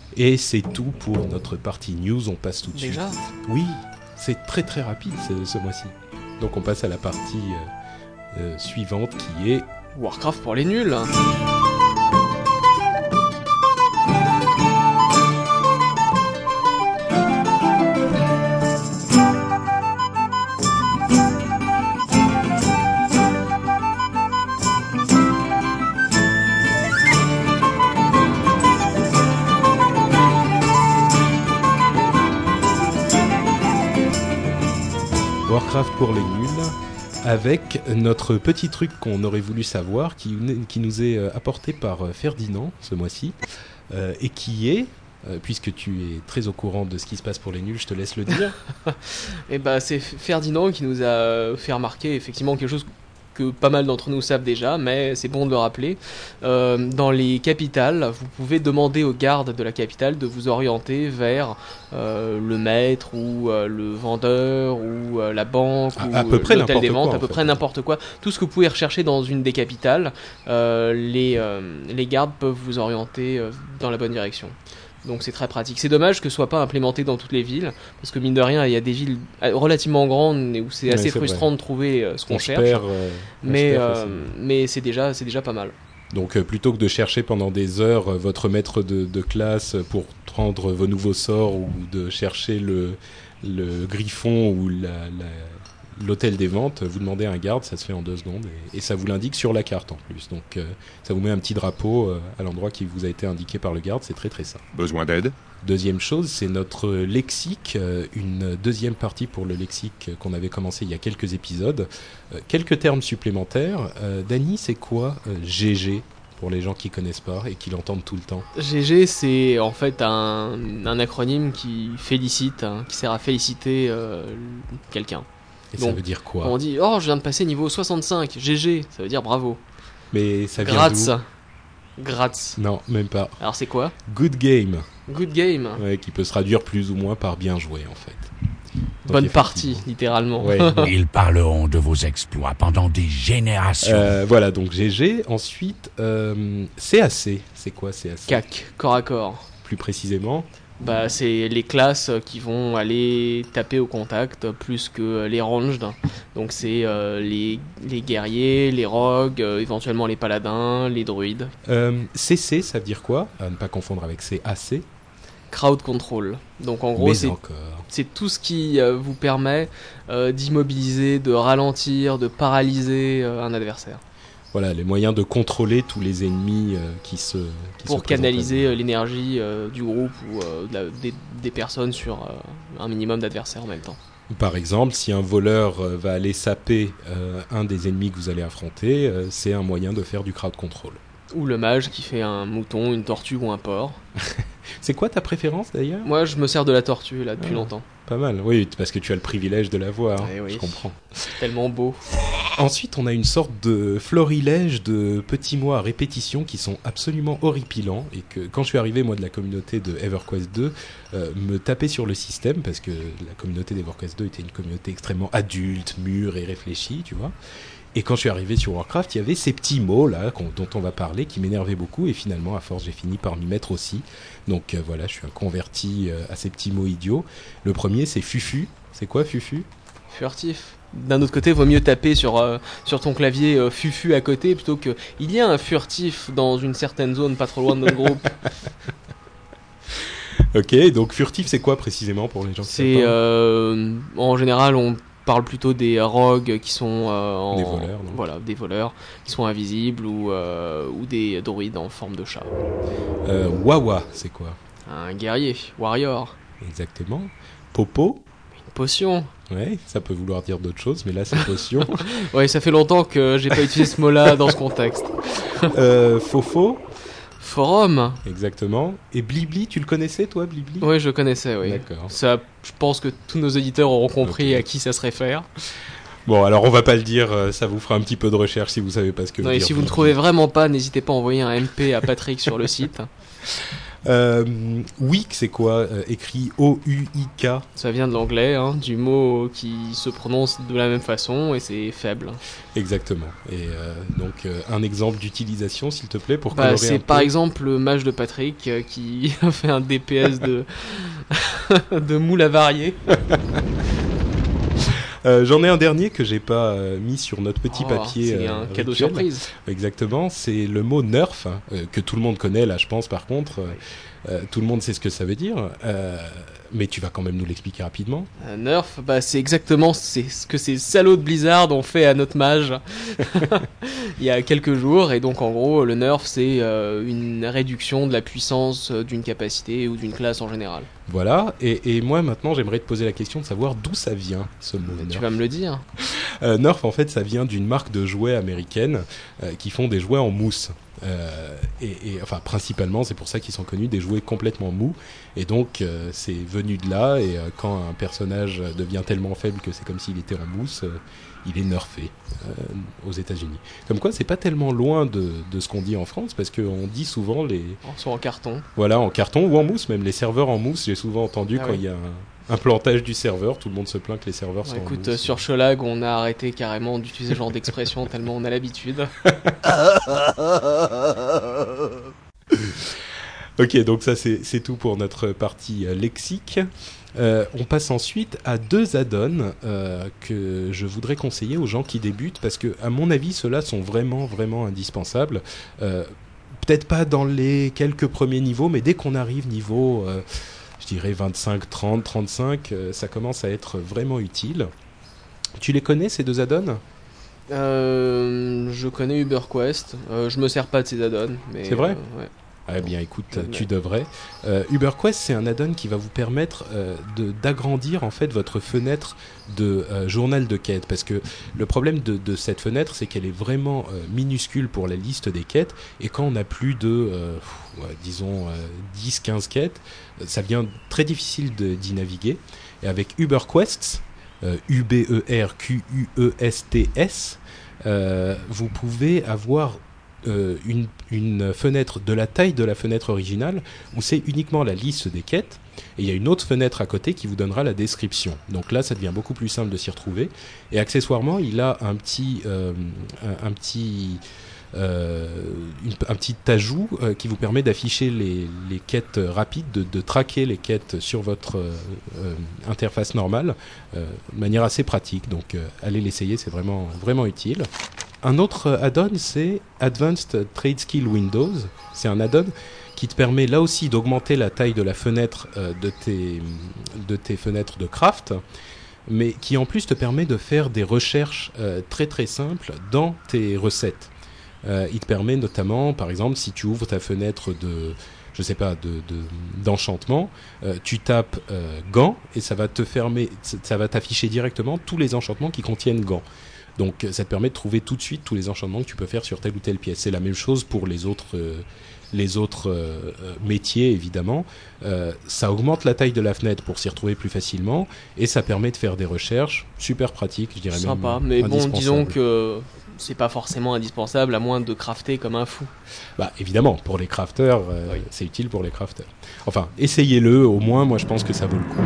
Et c'est tout pour notre partie news. On passe tout de Déjà suite. Oui, c'est très très rapide ce, ce mois-ci. Donc on passe à la partie euh, euh, suivante qui est... Warcraft pour les nuls. Warcraft pour les nuls, avec notre petit truc qu'on aurait voulu savoir, qui, qui nous est apporté par Ferdinand ce mois-ci, euh, et qui est, euh, puisque tu es très au courant de ce qui se passe pour les nuls, je te laisse le dire. Et bah c'est Ferdinand qui nous a fait remarquer effectivement quelque chose que pas mal d'entre nous savent déjà, mais c'est bon de le rappeler. Euh, dans les capitales, vous pouvez demander aux gardes de la capitale de vous orienter vers euh, le maître ou euh, le vendeur ou euh, la banque à, ou à peu près l'hôtel des quoi, ventes, à peu fait. près n'importe quoi. Tout ce que vous pouvez rechercher dans une des capitales, euh, les, euh, les gardes peuvent vous orienter euh, dans la bonne direction. Donc c'est très pratique. C'est dommage que ce soit pas implémenté dans toutes les villes, parce que mine de rien, il y a des villes relativement grandes où c'est assez ouais, c'est frustrant vrai. de trouver euh, ce qu'on on cherche. Perd, euh, mais perd euh, mais c'est déjà, c'est déjà pas mal. Donc euh, plutôt que de chercher pendant des heures euh, votre maître de, de classe pour prendre vos nouveaux sorts ou de chercher le, le griffon ou la, la, l'hôtel des ventes, vous demandez à un garde, ça se fait en deux secondes et, et ça vous l'indique sur la carte en plus. Donc euh, ça vous met un petit drapeau euh, à l'endroit qui vous a été indiqué par le garde, c'est très très simple. Besoin d'aide? Deuxième chose, c'est notre lexique, euh, une deuxième partie pour le lexique qu'on avait commencé il y a quelques épisodes. Euh, quelques termes supplémentaires. Euh, Dany, c'est quoi euh, G G pour les gens qui connaissent pas et qui l'entendent tout le temps? G G, c'est en fait un, un acronyme qui félicite, hein, qui sert à féliciter euh, quelqu'un. Et Donc, ça veut dire quoi? On dit « Oh, je viens de passer niveau soixante-cinq, G G », ça veut dire bravo. Mais ça vient Grats. d'où? Grats. Non, même pas. Alors c'est quoi? Good game. Good game. Ouais, qui peut se traduire plus ou moins par bien joué en fait. Donc, Bonne partie, effectivement. littéralement. Ouais. Ils parleront de vos exploits pendant des générations. Euh, voilà, donc G G. Ensuite, euh, C A C. C'est quoi C A C? C A C, corps à corps. Plus précisément. Bah, c'est les classes qui vont aller taper au contact plus que les ranged. Donc c'est euh, les, les guerriers, les rogues, euh, éventuellement les paladins, les druides. Euh, C C, ça veut dire quoi? À ne pas confondre avec C A C. Crowd control. Donc en gros Mais c'est, encore. c'est tout ce qui euh, vous permet euh, d'immobiliser, de ralentir, de paralyser euh, un adversaire. Voilà, les moyens de contrôler tous les ennemis euh, qui se qui Pour se présentent canaliser à euh, l'énergie euh, du groupe ou euh, de la- des, des personnes sur euh, un minimum d'adversaires en même temps. vous. Par exemple, si un voleur euh, va aller saper euh, un des ennemis que vous allez affronter, euh, c'est un moyen de faire du crowd control. Ou le mage qui fait un mouton, une tortue ou un porc. C'est quoi ta préférence d'ailleurs? Moi je me sers de la tortue là depuis Ah. longtemps. Pas mal, oui, parce que tu as le privilège de la voir, Eh oui. je comprends. Tellement beau. Ensuite, on a une sorte de florilège de petits mots à répétition qui sont absolument horripilants et que quand je suis arrivé, moi, de la communauté de EverQuest deux, euh, me taper sur le système parce que la communauté d'EverQuest deux était une communauté extrêmement adulte, mûre et réfléchie, tu vois. Et quand je suis arrivé sur Warcraft, il y avait ces petits mots-là qu'on- dont on va parler qui m'énervaient beaucoup et finalement, à force, j'ai fini par m'y mettre aussi. Donc euh, voilà, je suis un converti euh, à ces petits mots idiots. Le premier, c'est Fufu. C'est quoi Fufu? Furtif. D'un autre côté, vaut mieux taper sur, euh, sur ton clavier euh, fufu à côté plutôt que il y a un furtif dans une certaine zone pas trop loin de notre groupe. Ok, donc furtif, c'est quoi précisément pour les gens qui C'est savent pas euh, en général on parle plutôt des rogues qui sont euh, en- Des voleurs, donc. voilà, des voleurs qui sont invisibles ou, euh, ou des druides en forme de chat. Euh, Wawa, c'est quoi Un guerrier, warrior, exactement? Popo? une potion. Ouais, ça peut vouloir dire d'autres choses, mais là c'est potion. Ouais, ça fait longtemps que j'ai pas utilisé ce mot-là dans ce contexte. euh, Fofo? Forum. Exactement. Et Blibli, tu le connaissais toi, Blibli? Oui, je connaissais, oui. D'accord. Ça, je pense que tous nos auditeurs auront compris Ok. à qui ça se réfère. Bon, alors on va pas le dire, euh, ça vous fera un petit peu de recherche si vous savez pas ce que Non, veut et dire si vous ne Blibli. trouvez vraiment pas, n'hésitez pas à envoyer un M P à Patrick sur le site. Euh, Weak, c'est quoi euh, écrit O U I K. Ça vient de l'anglais, hein, du mot qui se prononce de la même façon et c'est faible. Exactement. Et euh, donc, euh, un exemple d'utilisation, s'il te plaît, pour Bah, colorer c'est un par peu. exemple le mage de Patrick euh, qui a fait un D P S de, de moule à varier. Euh, J'en ai un dernier que j'ai pas euh, mis sur notre petit Oh, papier. c'est euh, un cadeau rituel. surprise. Exactement, c'est le mot nerf, hein, euh, que tout le monde connaît là, je pense, par contre. Euh, euh, tout le monde sait ce que ça veut dire. Euh, mais tu vas quand même nous l'expliquer rapidement. Un nerf, bah, c'est exactement c'est ce que ces salauds de Blizzard ont fait à notre mage il y a quelques jours. Et donc en gros, le nerf, c'est euh, une réduction de la puissance euh, d'une capacité ou d'une classe en général. Voilà, et, et moi maintenant j'aimerais te poser la question de savoir d'où ça vient, ce mot Tu nerf. vas me le dire. Euh, Nerf, en fait, ça vient d'une marque de jouets américaine euh, qui font des jouets en mousse. Euh, et, et enfin, principalement, c'est pour ça qu'ils sont connus, des jouets complètement mous. Et donc, euh, c'est venu de là. Et euh, quand un personnage devient tellement faible que c'est comme s'il était en mousse, euh, il est nerfé euh, aux États-Unis. Comme quoi, c'est pas tellement loin de, de ce qu'on dit en France, parce qu'on dit souvent les, Soit en carton. voilà, en carton ou en mousse, même les serveurs en mousse. J'ai souvent entendu Ah quand oui. il y a un, un plantage du serveur, tout le monde se plaint que les serveurs Ouais, sont en écoute, mousse. euh, sur Sholag, on a arrêté carrément d'utiliser ce genre d'expression tellement on a l'habitude. Ok, donc ça c'est c'est tout pour notre partie euh, lexique. Euh, on passe ensuite à deux add-ons euh, que je voudrais conseiller aux gens qui débutent parce que, à mon avis, ceux-là sont vraiment, vraiment indispensables. Euh, peut-être pas dans les quelques premiers niveaux, mais dès qu'on arrive niveau, euh, je dirais vingt-cinq, trente, trente-cinq, euh, ça commence à être vraiment utile. Tu les connais, ces deux add-ons ? Euh, je connais UberQuest. Euh, je me sers pas de ces add-ons. mais, C'est vrai euh, ouais. Eh bien, écoute, Ouais. tu devrais. Euh, UberQuest, c'est un add-on qui va vous permettre euh, de, d'agrandir en fait votre fenêtre de euh, journal de quêtes. Parce que le problème de, de cette fenêtre, c'est qu'elle est vraiment euh, minuscule pour la liste des quêtes. Et quand on a plus de, euh, pff, ouais, disons, euh, dix quinze quêtes, ça devient très difficile de, d'y naviguer. Et avec UberQuests, euh, U B E R Q U E S T S, euh, vous pouvez avoir Euh, une, une fenêtre de la taille de la fenêtre originale où c'est uniquement la liste des quêtes et il y a une autre fenêtre à côté qui vous donnera la description. Donc là, ça devient beaucoup plus simple de s'y retrouver. Et accessoirement, il a un petit, euh, un, un petit, euh, une, un petit ajout euh, qui vous permet d'afficher les, les quêtes rapides, de, de traquer les quêtes sur votre euh, euh, interface normale euh, de manière assez pratique. Donc euh, allez l'essayer, c'est vraiment, vraiment utile. Un autre add-on, c'est Advanced Trade Skill Windows. C'est un add-on qui te permet là aussi d'augmenter la taille de la fenêtre euh, de, tes, de tes fenêtres de craft, mais qui en plus te permet de faire des recherches euh, très très simples dans tes recettes. Euh, il te permet notamment, par exemple, si tu ouvres ta fenêtre de, je sais pas, de, de, d'enchantement, euh, tu tapes euh, gants et ça va te fermer, ça va t'afficher directement tous les enchantements qui contiennent gants. Donc ça te permet de trouver tout de suite tous les enchantements que tu peux faire sur telle ou telle pièce. C'est la même chose pour les autres, euh, les autres euh, métiers, évidemment. Euh, ça augmente la taille de la fenêtre pour s'y retrouver plus facilement et ça permet de faire des recherches super pratiques, je dirais Sympa, même mais bon, indispensables. disons que c'est pas forcément indispensable à moins de crafter comme un fou. Bah évidemment, pour les crafters, euh, Oui. c'est utile pour les crafters. Enfin, essayez-le, au moins, moi je pense que ça vaut le coup.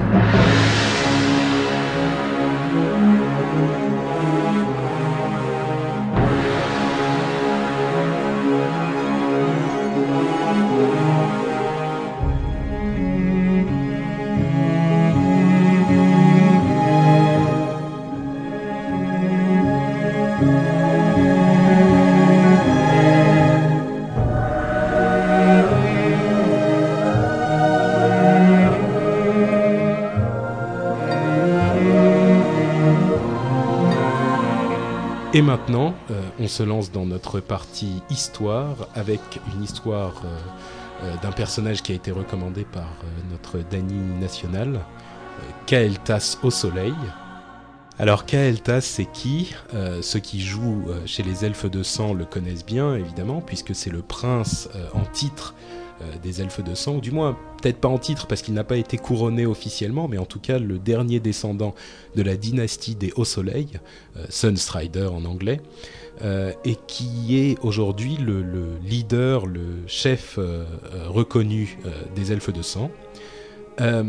Et maintenant, euh, on se lance dans notre partie histoire avec une histoire euh, euh, d'un personnage qui a été recommandé par euh, notre Dany national, euh, Kael'thas au soleil. Alors Kael'thas, c'est qui ? euh, Ceux qui jouent euh, chez les elfes de sang le connaissent bien, évidemment, puisque c'est le prince euh, en titre euh, des elfes de sang, ou du moins peut-être pas en titre parce qu'il n'a pas été couronné officiellement, mais en tout cas le dernier descendant de la dynastie des Hauts Soleils, euh, Sunstrider en anglais, euh, et qui est aujourd'hui le, le leader, le chef euh, euh, reconnu euh, des elfes de sang. Euh,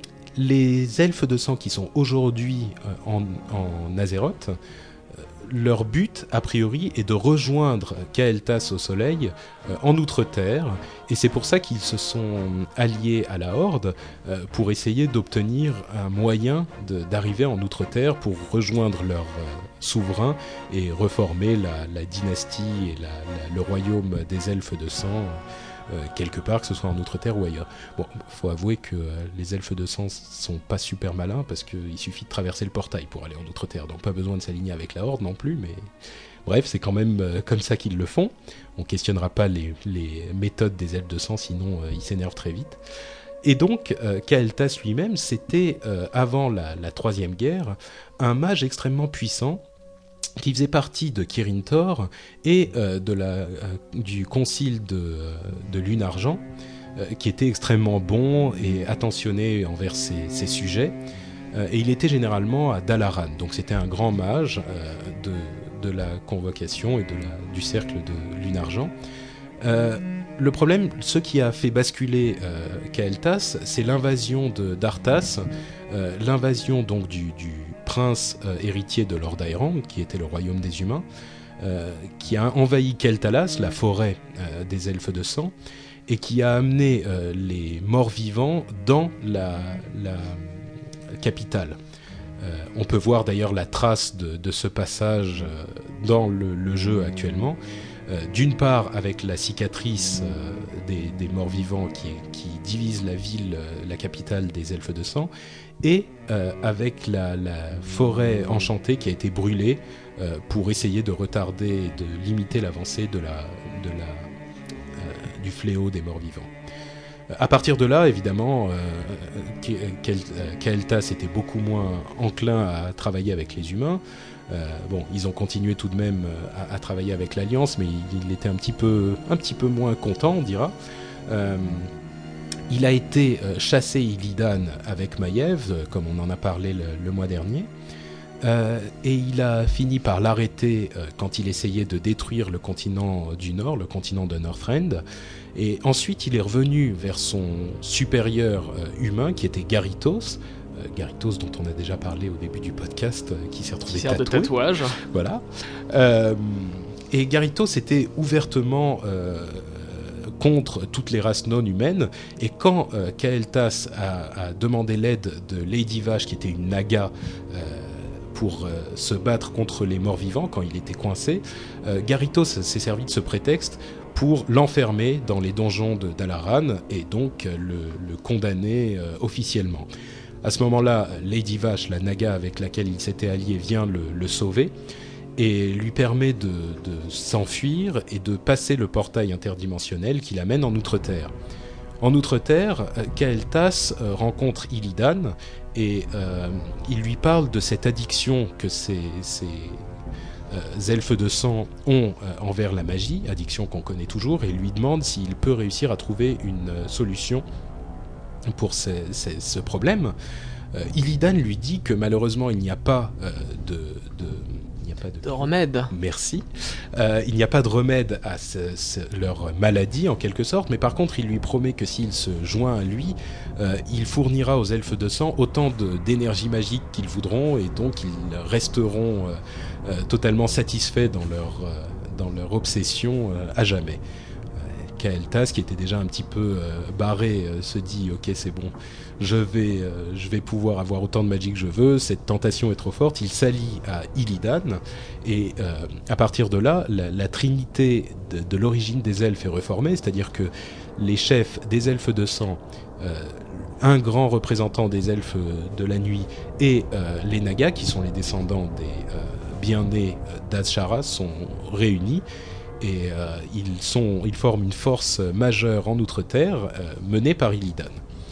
les elfes de sang qui sont aujourd'hui euh, en, en Azeroth, leur but, a priori, est de rejoindre Kael'thas au soleil euh, en Outre-Terre, et c'est pour ça qu'ils se sont alliés à la Horde euh, pour essayer d'obtenir un moyen de, d'arriver en Outre-Terre pour rejoindre leur euh, souverain et reformer la, la dynastie et la, la, le royaume des elfes de sang euh, quelque part, que ce soit en Outre-Terre ou ailleurs. Bon, faut avouer que euh, les elfes de sang sont pas super malins parce qu'il suffit de traverser le portail pour aller en Outre-Terre, donc pas besoin de s'aligner avec la Horde non plus, mais bref, c'est quand même euh, comme ça qu'ils le font. On questionnera pas les, les méthodes des elfes de sang, sinon euh, ils s'énervent très vite. Et donc, euh, Kael'thas lui-même, c'était, euh, avant la, la Troisième Guerre, un mage extrêmement puissant qui faisait partie de Kirin Tor et euh, de la, euh, du concile de, euh, de Lune-Argent, euh, qui était extrêmement bon et attentionné envers ses, ses sujets. Euh, et il était généralement à Dalaran, donc c'était un grand mage euh, de, de la convocation et de la, du cercle de Lune-Argent. Euh, le problème, ce qui a fait basculer euh, Kael'thas, c'est l'invasion de d'Arthas, euh, l'invasion donc du, du prince euh, héritier de Lordaeron, qui était le royaume des humains, euh, qui a envahi Kel'Thalas, la forêt euh, des elfes de sang, et qui a amené euh, les morts-vivants dans la, la capitale. Euh, on peut voir d'ailleurs la trace de, de ce passage euh, dans le, le jeu actuellement. Euh, d'une part avec la cicatrice euh, des, des morts-vivants qui, qui divise la ville, euh, la capitale des elfes de sang, et euh, avec la, la forêt enchantée qui a été brûlée euh, pour essayer de retarder et de limiter l'avancée de la, de la, euh, du fléau des morts-vivants. À partir de là, évidemment, euh, Kael'thas était beaucoup moins enclin à travailler avec les humains. Euh, bon, ils ont continué tout de même à, à travailler avec l'Alliance, mais il, il était un petit peu, un petit peu moins content, on dira. Euh, il a été euh, chassé Illidan avec Maiev, euh, comme on en a parlé le, le mois dernier, euh, et il a fini par l'arrêter euh, quand il essayait de détruire le continent du Nord, le continent de Northrend. Et ensuite, il est revenu vers son supérieur euh, humain, qui était Garithos, Euh, Garithos dont on a déjà parlé au début du podcast, euh, qui s'est retrouvé qui sert tatoué. de tatouage. Voilà. Euh, et Garithos était ouvertement euh, contre toutes les races non humaines. Et quand euh, Kael'thas a, a demandé l'aide de Lady Vache, qui était une naga, euh, pour euh, se battre contre les morts-vivants quand il était coincé, euh, Garithos s'est servi de ce prétexte pour l'enfermer dans les donjons de Dalaran et donc euh, le, le condamner euh, officiellement. À ce moment-là, Lady Vache, la naga avec laquelle il s'était allié, vient le, le sauver et lui permet de, de s'enfuir et de passer le portail interdimensionnel qui l'amène en Outre-Terre. En Outre-Terre, Kael'thas euh, rencontre Illidan et euh, il lui parle de cette addiction que ces, ces euh, elfes de sang ont euh, envers la magie, addiction qu'on connaît toujours, et il lui demande s'il peut réussir à trouver une euh, solution pour ce, ce, ce problème. Euh, Illidan lui dit que malheureusement il n'y a pas euh, de, de, il n'y a pas de, de remède. Merci. Euh, il n'y a pas de remède à ce, ce, leur maladie en quelque sorte, mais par contre il lui promet que s'il se joint à lui, euh, il fournira aux elfes de sang autant de, d'énergie magique qu'ils voudront et donc ils resteront euh, euh, totalement satisfaits dans leur, euh, dans leur obsession euh, à jamais. Kael'thas, qui était déjà un petit peu euh, barré, euh, se dit ok c'est bon, je vais, euh, je vais pouvoir avoir autant de magie que je veux, cette tentation est trop forte. Il s'allie à Illidan et euh, à partir de là la, la trinité de, de l'origine des elfes est reformée, c'est-à-dire que les chefs des elfes de sang, euh, un grand représentant des elfes de la nuit et euh, les nagas qui sont les descendants des euh, bien-nés d'Azshara sont réunis. Et euh, ils, sont, ils forment une force majeure en Outre-Terre euh, menée par Illidan.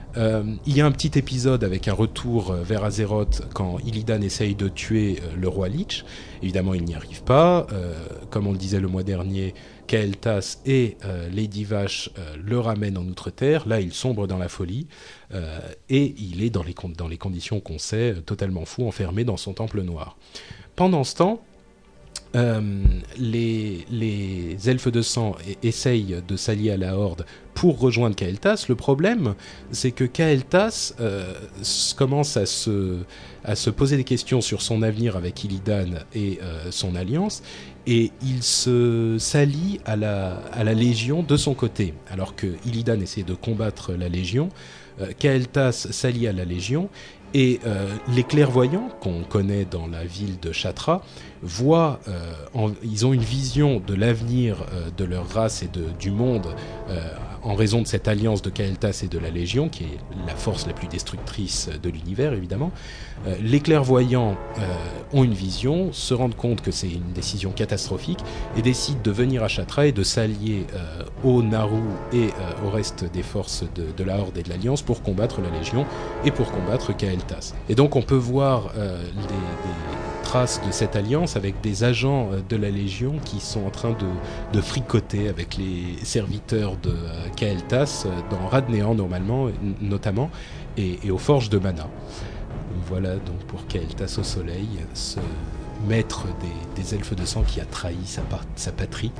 Euh, il y a un petit épisode avec un retour vers Azeroth quand Illidan essaye de tuer euh, le roi Lich. Évidemment, il n'y arrive pas. Euh, comme on le disait le mois dernier, Kael'thas et euh, Lady Vache euh, le ramènent en Outre-Terre. Là, il sombre dans la folie euh, et il est dans les, con- dans les conditions qu'on sait, euh, totalement fou, enfermé dans son temple noir. Pendant ce temps, Euh, les, les elfes de sang e- essayent de s'allier à la Horde pour rejoindre Kael'thas. Le problème, c'est que Kael'thas euh, s- commence à se, à se poser des questions sur son avenir avec Illidan et euh, son alliance, et il se s'allie à la, à la Légion de son côté. Alors que Illidan essaie de combattre la Légion, euh, Kael'thas s'allie à la Légion, et euh, les clairvoyants qu'on connaît dans la ville de Shatra voient, euh, en, ils ont une vision de l'avenir euh, de leur race et de, du monde euh, en raison de cette alliance de Kael'thas et de la Légion, qui est la force la plus destructrice de l'univers, évidemment. Euh, les clairvoyants euh, ont une vision, se rendent compte que c'est une décision catastrophique et décident de venir à Shatra et de s'allier euh, aux Naru et euh, au reste des forces de, de la Horde et de l'Alliance pour combattre la Légion et pour combattre Kael'thas. Et donc on peut voir euh, des, des traces de cette alliance avec des agents euh, de la Légion qui sont en train de, de fricoter avec les serviteurs de euh, Kael'thas euh, dans Radnéan normalement, n- notamment, et, et aux forges de Mana. Voilà donc pour Kael'thas au soleil, ce maître des, des elfes de sang qui a trahi sa, par- sa patrie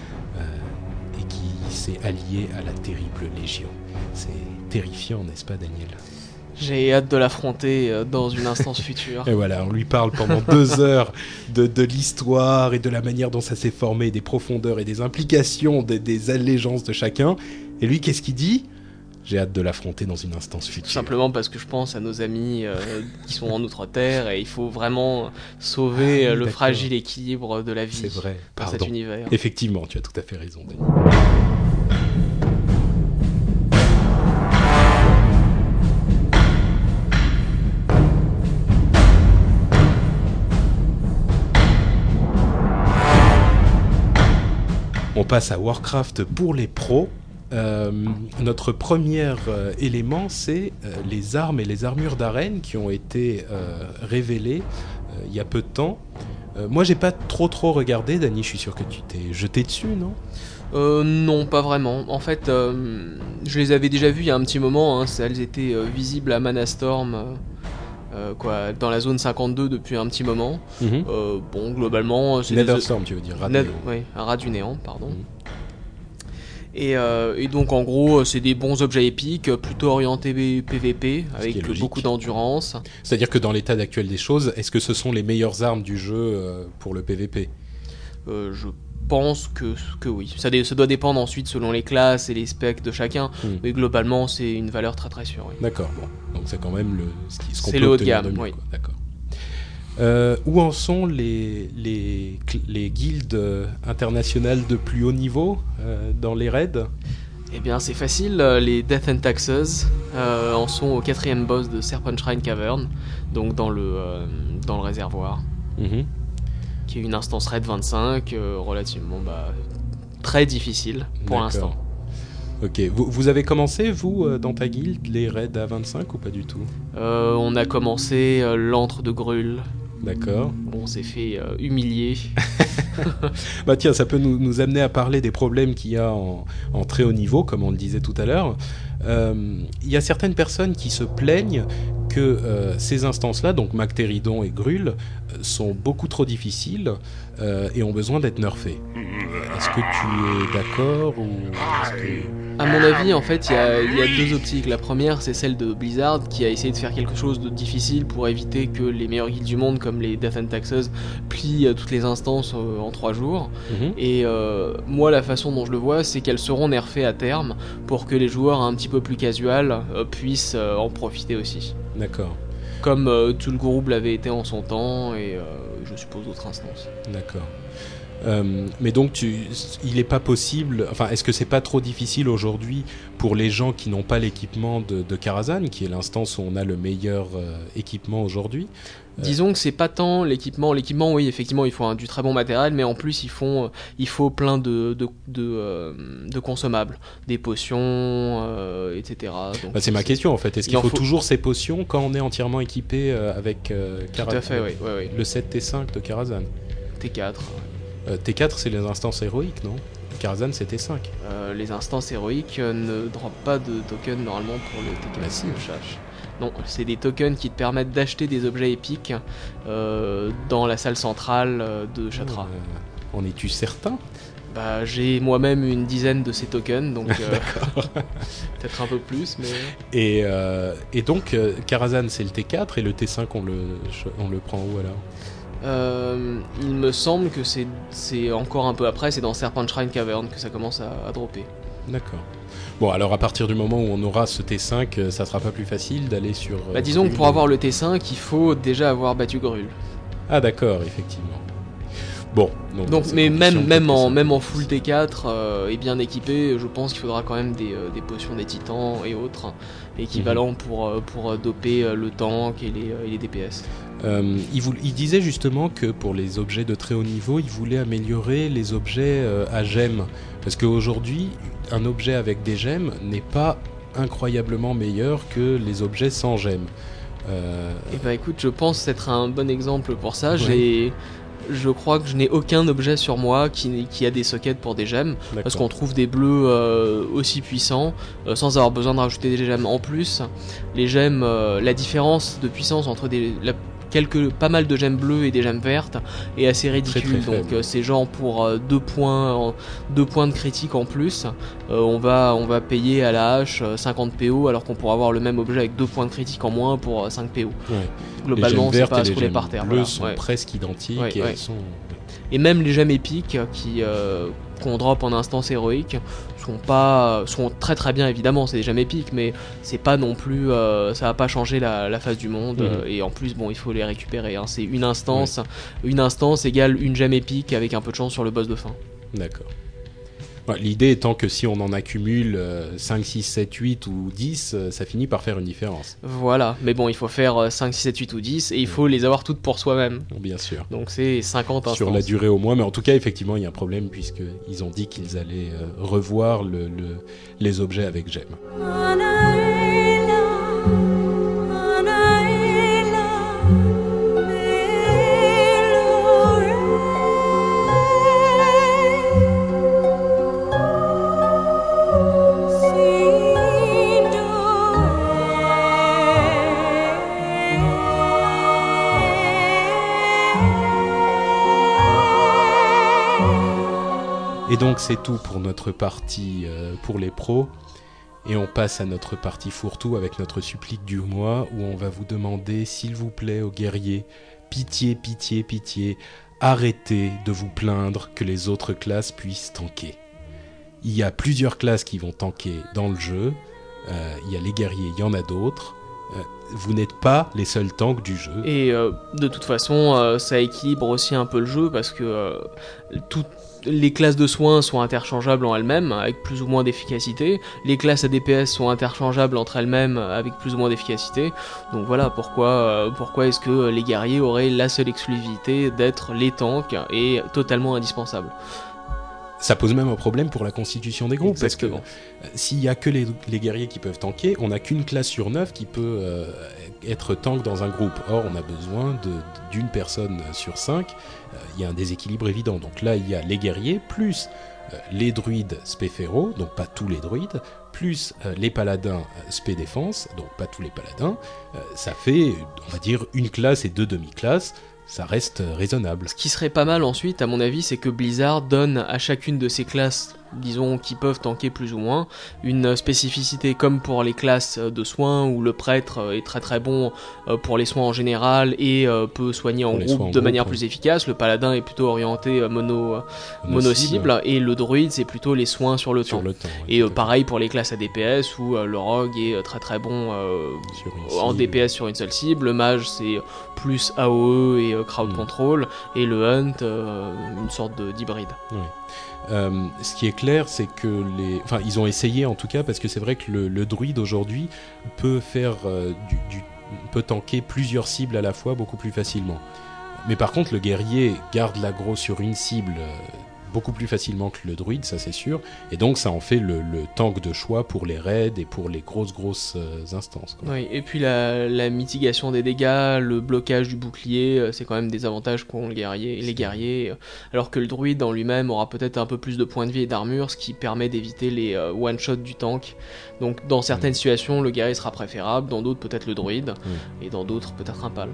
euh, et qui s'est allié à la terrible Légion. C'est terrifiant, n'est-ce pas, Daniel ? J'ai hâte de l'affronter euh, dans une instance future. Et voilà, on lui parle pendant deux heures de, de l'histoire et de la manière dont ça s'est formé, des profondeurs et des implications, des, des allégeances de chacun. Et lui, qu'est-ce qu'il dit ? J'ai hâte de l'affronter dans une instance future. Tout simplement parce que je pense à nos amis euh, qui sont en Outre-Terre et il faut vraiment sauver Ah oui, euh, le d'accord. fragile équilibre de la vie C'est vrai, dans cet pardon. univers. Effectivement, tu as tout à fait raison, Denis. On passe à Warcraft pour les pros. Euh, notre premier euh, élément, c'est euh, les armes et les armures d'arène qui ont été euh, révélées euh, il y a peu de temps. Euh, moi, j'ai pas trop trop regardé, Dany, je suis sûr que tu t'es jeté dessus, non ? Euh, non, pas vraiment. En fait, euh, je les avais déjà vues il y a un petit moment. Hein, elles étaient euh, visibles à Manastorm, euh, euh, quoi, dans la zone cinquante-deux depuis un petit moment. Mm-hmm. Euh, bon, globalement, c'est des- Netherstorm, tu veux dire, Radnéan. Ned- oui, un rat du néant, pardon. Mhm. Et, euh, et donc en gros, c'est des bons objets épiques, plutôt orientés P V P, qui est avec logique. beaucoup d'endurance. C'est-à-dire que dans l'état actuel des choses, est-ce que ce sont les meilleures armes du jeu euh, pour le P V P ? Euh, je pense que, que oui. Ça, dé- ça doit dépendre ensuite selon les classes et les specs de chacun, Mm. mais globalement, c'est une valeur très très sûre. Oui. D'accord, bon. Donc c'est quand même le, ce qui- ce qu'on C'est peut le haut de obtenir gamme, mieux, oui. quoi. D'accord. Euh, où en sont les, les, cl- les guildes euh, internationales de plus haut niveau euh, dans les raids ? Eh bien, c'est facile, euh, les Death and Taxes euh, en sont au quatrième boss de Serpent Shrine Cavern, donc dans le, euh, dans le réservoir, Mhm. qui est une instance raid vingt-cinq, euh, relativement bah, très difficile pour D'accord. l'instant. Ok, vous, vous avez commencé, vous, euh, dans ta guilde, les raids à vingt-cinq ou pas du tout ? Euh, on a commencé euh, l'antre de Grul. D'accord. On s'est fait euh, humilier. Bah tiens, ça peut nous, nous amener à parler des problèmes qu'il y a en, en très haut niveau, comme on le disait tout à l'heure. Euh, Il y a certaines personnes qui se plaignent que euh, ces instances-là, donc Magteridon et Grul, euh, sont beaucoup trop difficiles euh, et ont besoin d'être nerfées. Est-ce que tu es d'accord ou est-ce que... À mon avis, en fait, il y a, il y a deux optiques. La première, c'est celle de Blizzard, qui a essayé de faire quelque chose de difficile pour éviter que les meilleures guildes du monde, comme les Death and Taxes, plient euh, toutes les instances euh, en trois jours. Mhm. Et euh, moi, la façon dont je le vois, c'est qu'elles seront nerfées à terme pour que les joueurs un petit peu plus casual euh, puissent euh, en profiter aussi. D'accord, Comme euh, Tulgurub l'avait été en son temps, et euh, je suppose d'autres instances. d'accord. Euh, mais donc, tu, il n'est pas possible. Enfin, est-ce que c'est pas trop difficile aujourd'hui pour les gens qui n'ont pas l'équipement de, de Karazhan, qui est l'instance où on a le meilleur euh, équipement aujourd'hui? Disons que c'est pas tant l'équipement. L'équipement, oui, effectivement, il faut un, du très bon matériel, mais en plus, ils font, il faut plein de, de, de, euh, de consommables, des potions, euh, et cetera. Donc, bah, c'est ma question en fait. Est-ce qu'il faut, faut toujours ces potions quand on est entièrement équipé euh, avec euh, Karazhan? Tout à fait, oui. oui, oui. Le sept T cinq de Karazhan. T quatre. Euh, T quatre, c'est les instances héroïques, non? Karazhan, c'est T cinq. Euh, les instances héroïques euh, ne droppent pas de tokens normalement pour le T quatre. Bah si. Non, c'est des tokens qui te permettent d'acheter des objets épiques euh, dans la salle centrale euh, de Chatra. Euh, en es-tu certain? Bah, j'ai moi-même une dizaine de ces tokens, donc euh, peut-être un peu plus, mais... Et, euh, et donc, euh, Karazhan, c'est le T quatre, et le T cinq, on le, on le prend où alors? euh, Il me semble que c'est, c'est encore un peu après, c'est dans Serpent Shrine Cavern que ça commence à, à dropper. D'accord. Bon, alors à partir du moment où on aura ce T cinq, ça sera pas plus facile d'aller sur... Bah, disons que pour avoir le T cinq, il faut déjà avoir battu Grul. Ah d'accord, effectivement. Bon, donc, donc mais même, même, en, même en full T quatre euh, et bien équipé, je pense qu'il faudra quand même des, euh, des potions des titans et autres équivalents mm-hmm. pour, euh, pour doper euh, le tank et les, euh, et les D P S. Euh, il, voulait, il disait justement que pour les objets de très haut niveau, il voulait améliorer les objets euh, à gemmes. Parce qu'aujourd'hui, un objet avec des gemmes n'est pas incroyablement meilleur que les objets sans gemmes. Euh... Et bah écoute, je pense être un bon exemple pour ça. Ouais. J'ai... Je crois que je n'ai aucun objet sur moi qui, qui a des sockets pour des gemmes, D'accord. parce qu'on trouve des bleus euh, aussi puissants euh, sans avoir besoin de rajouter des gemmes. En plus, les gemmes, euh, la différence de puissance entre des, la, quelques, pas mal de gemmes bleues et des gemmes vertes est assez ridicule. Très, très Donc euh, c'est genre pour euh, deux points, en, deux points de critique en plus, euh, on va on va payer à la hache cinquante P O alors qu'on pourrait avoir le même objet avec deux points de critique en moins pour cinq P O. Ouais. Globalement, c'est pas à se rouler par terre. Les gemmes bleues voilà. sont ouais. presque identiques ouais, et ouais. elles sont... Et même les gemmes épiques qui euh, qu'on drop en instance héroïque sont pas sont très très bien évidemment, c'est des gemmes épiques, mais c'est pas non plus euh, ça va pas changer la, la face du monde. Mmh. euh, et en plus bon il faut les récupérer. Hein, c'est une instance, ouais. une instance égale une gemme épique avec un peu de chance sur le boss de fin. D'accord. Ouais, l'idée étant que si on en accumule euh, cinq, six, sept, huit ou dix, euh, ça finit par faire une différence. Voilà, mais bon, il faut faire euh, cinq, six, sept, huit ou dix et il faut les avoir toutes pour soi-même. Bien sûr. Donc c'est cinquante instances. Sur la durée au moins, mais en tout cas, effectivement, il y a un problème puisqu'ils ont dit qu'ils allaient euh, revoir le, le, les objets avec gemmes. Et donc c'est tout pour notre partie euh, pour les pros, et on passe à notre partie fourre-tout avec notre supplique du mois où on va vous demander s'il vous plaît aux guerriers, pitié, pitié, pitié, arrêtez de vous plaindre que les autres classes puissent tanker. Il y a plusieurs classes qui vont tanker dans le jeu, euh, il y a les guerriers, il y en a d'autres, euh, vous n'êtes pas les seuls tanks du jeu. Et euh, de toute façon euh, ça équilibre aussi un peu le jeu parce que euh, tout les classes de soins sont interchangeables en elles-mêmes, avec plus ou moins d'efficacité. Les classes A D P S sont interchangeables entre elles-mêmes, avec plus ou moins d'efficacité. Donc voilà, pourquoi, euh, pourquoi est-ce que les guerriers auraient la seule exclusivité d'être les tanks et totalement indispensables ? Ça pose même un problème pour la constitution des groupes. Exactement. Parce que euh, s'il n'y a que les, les guerriers qui peuvent tanker, on n'a qu'une classe sur neuf qui peut euh, être tank dans un groupe. Or, on a besoin de, d'une personne sur cinq. Il euh, y a un déséquilibre évident. Donc là, il y a les guerriers, plus euh, les druides spé-féro, donc pas tous les druides, plus euh, les paladins euh, spé-défense, donc pas tous les paladins. Euh, ça fait, on va dire, une classe et deux demi-classes. Ça reste raisonnable. Ce qui serait pas mal ensuite, à mon avis, c'est que Blizzard donne à chacune de ces classes disons, qui peuvent tanker plus ou moins. Une spécificité comme pour les classes de soins, où le prêtre est très très bon pour les soins en général et peut soigner en Pour les groupe soins en de groupe, manière ouais. plus efficace. Le paladin est plutôt orienté mono, mono-cible, et le druide c'est plutôt les soins sur le Sur temps. le temps. ouais, Et tout euh, à fait. pareil pour les classes à D P S, où euh, le rogue est euh, très très bon euh, Sur une en cible. D P S sur une seule cible, le mage c'est plus A O E et euh, crowd Mm. control, et le hunt euh, une sorte de, d'hybride. Euh, ce qui est clair, c'est que les, enfin, ils ont essayé en tout cas, parce que c'est vrai que le, le druide aujourd'hui peut faire euh, du, du, peut tanker plusieurs cibles à la fois beaucoup plus facilement. Mais par contre, le guerrier garde l'aggro sur une cible euh, beaucoup plus facilement que le druide, ça c'est sûr, et donc ça en fait le, le tank de choix pour les raids et pour les grosses grosses euh, instances, quoi. Oui, et puis la, la mitigation des dégâts, le blocage du bouclier, euh, c'est quand même des avantages qu'ont le guerrier, les guerriers, euh, alors que le druide en lui-même aura peut-être un peu plus de points de vie et d'armure, ce qui permet d'éviter les euh, one-shots du tank. Donc dans certaines Mm. situations, le guerrier sera préférable, dans d'autres peut-être le druide, Mm. et dans d'autres peut-être un pal.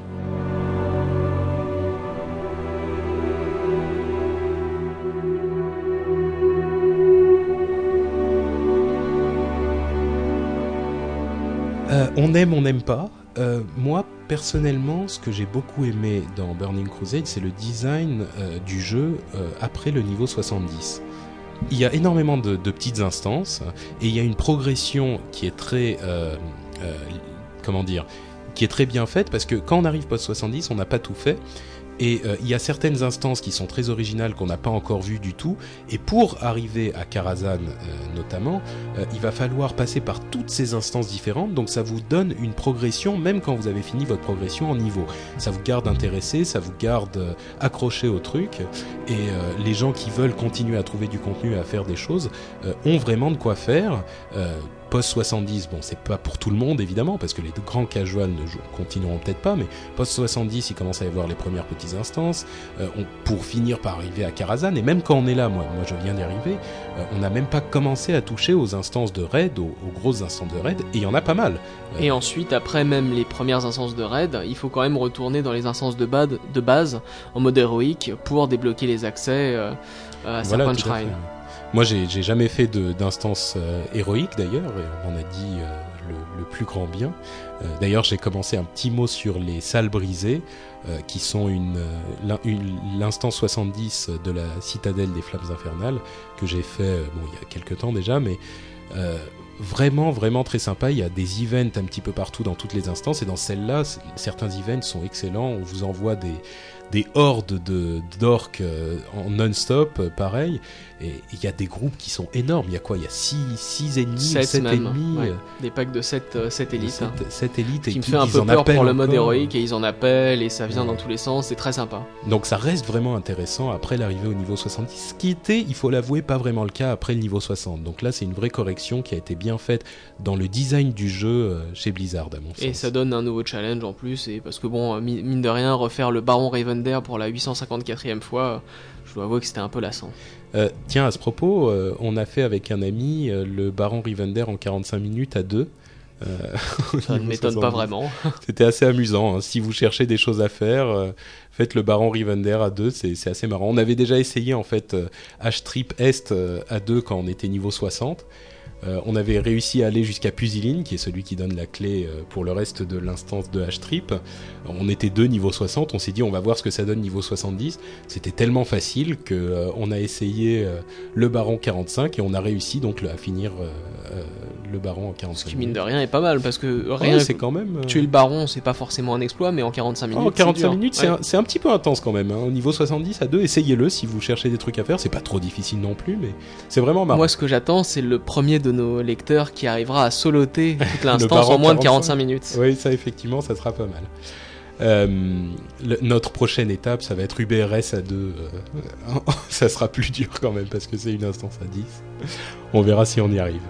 Euh, on aime, on n'aime pas. Euh, moi, personnellement, ce que j'ai beaucoup aimé dans Burning Crusade, c'est le design euh, du jeu euh, après le niveau soixante-dix. Il y a énormément de, de petites instances et il y a une progression qui est très, euh, euh, comment dire, qui est très bien faite, parce que quand on arrive post soixante-dix, on n'a pas tout fait. Et euh, il y a certaines instances qui sont très originales qu'on n'a pas encore vues du tout. Et pour arriver à Karazhan euh, notamment, euh, il va falloir passer par toutes ces instances différentes. Donc ça vous donne une progression, même quand vous avez fini votre progression en niveau. Ça vous garde intéressé, ça vous garde euh, accroché au truc. Et euh, les gens qui veulent continuer à trouver du contenu, à faire des choses, euh, ont vraiment de quoi faire. Euh, Post soixante-dix, bon, c'est pas pour tout le monde évidemment, parce que les grands casuals ne jou- continueront peut-être pas, mais post soixante-dix, il commence à y avoir les premières petites instances, euh, on, pour finir par arriver à Karazhan. Et même quand on est là, moi, moi je viens d'y arriver, euh, on n'a même pas commencé à toucher aux instances de raid, aux, aux grosses instances de raid, et il y en a pas mal. Euh, Et ensuite, après même les premières instances de raid, il faut quand même retourner dans les instances de, bad, de base en mode héroïque pour débloquer les accès euh, à Voilà, Serpent tout à fait. Shrine. Moi, j'ai, j'ai jamais fait de, d'instance euh, héroïque d'ailleurs, et on en a dit euh, le, le plus grand bien. Euh, d'ailleurs, j'ai commencé un petit mot sur les salles brisées, euh, qui sont une, euh, l'in- une- l'instance soixante-dix de la citadelle des flammes infernales, que j'ai fait euh, bon, il y a quelques temps déjà, mais euh, vraiment, vraiment très sympa. Il y a des events un petit peu partout dans toutes les instances, et dans celle-là, c- certains events sont excellents. On vous envoie des des hordes de d'orques euh, en non-stop, euh, pareil, et il y a des groupes qui sont énormes. Il y a quoi? Il y a six ennemis, sept sept même, ennemis, ouais. euh, Des packs de sept élites. hein. sept élites, et Qui me tout, fait un ils peu en peur appellent pour le mode encore. héroïque, et ils en appellent, et ça vient Ouais. dans tous les sens, c'est très sympa. Donc ça reste vraiment intéressant après l'arrivée au niveau soixante-dix, ce qui était, il faut l'avouer, pas vraiment le cas après le niveau soixante. Donc là, c'est une vraie correction qui a été bien faite dans le design du jeu euh, chez Blizzard, à mon sens. Et ça donne un nouveau challenge en plus, et parce que bon, euh, mi- mine de rien, refaire le Baron Ravender pour la huit cent cinquante-quatrième fois, euh, je dois avouer que c'était un peu lassant. Euh, tiens, à ce propos, euh, on a fait avec un ami euh, le Baron Rivender en quarante-cinq minutes à deux. Euh, au Ça ne niveau m'étonne pas soixante-dix. vraiment. C'était assez amusant, hein. Si vous cherchez des choses à faire, euh, faites le Baron Rivender à deux, c'est, c'est assez marrant. On avait déjà essayé en fait euh, H-Trip Est euh, à deux quand on était niveau soixante. Euh, on avait réussi à aller jusqu'à Puziline, qui est celui qui donne la clé euh, pour le reste de l'instance de H-Trip. On était deux niveau soixante, on s'est dit on va voir ce que ça donne niveau soixante-dix. C'était tellement facile que euh, on a essayé euh, le Baron quarante-cinq et on a réussi donc le- à finir euh, euh, le Baron en Ce quarante-cinq qui, mine minutes. de rien, est pas mal, parce que Ouais, rien c'est que quand même... euh, tuer le Baron, c'est pas forcément un exploit, mais en quarante-cinq minutes. en quarante-cinq c'est dur. minutes, c'est, Ouais. un, c'est un petit peu intense quand même. Hein. Au niveau soixante-dix à deux, essayez-le si vous cherchez des trucs à faire. C'est pas trop difficile non plus, mais c'est vraiment marrant. Moi, ce que j'attends, c'est le premier de nos lecteurs qui arrivera à soloter toute l'instance Baron en moins de quarante-cinq. quarante-cinq minutes. Oui, ça effectivement, ça sera pas mal. Euh, le- notre prochaine étape, ça va être U B R S à deux. Euh, ça sera plus dur quand même parce que c'est une instance à dix. On verra si on y arrive.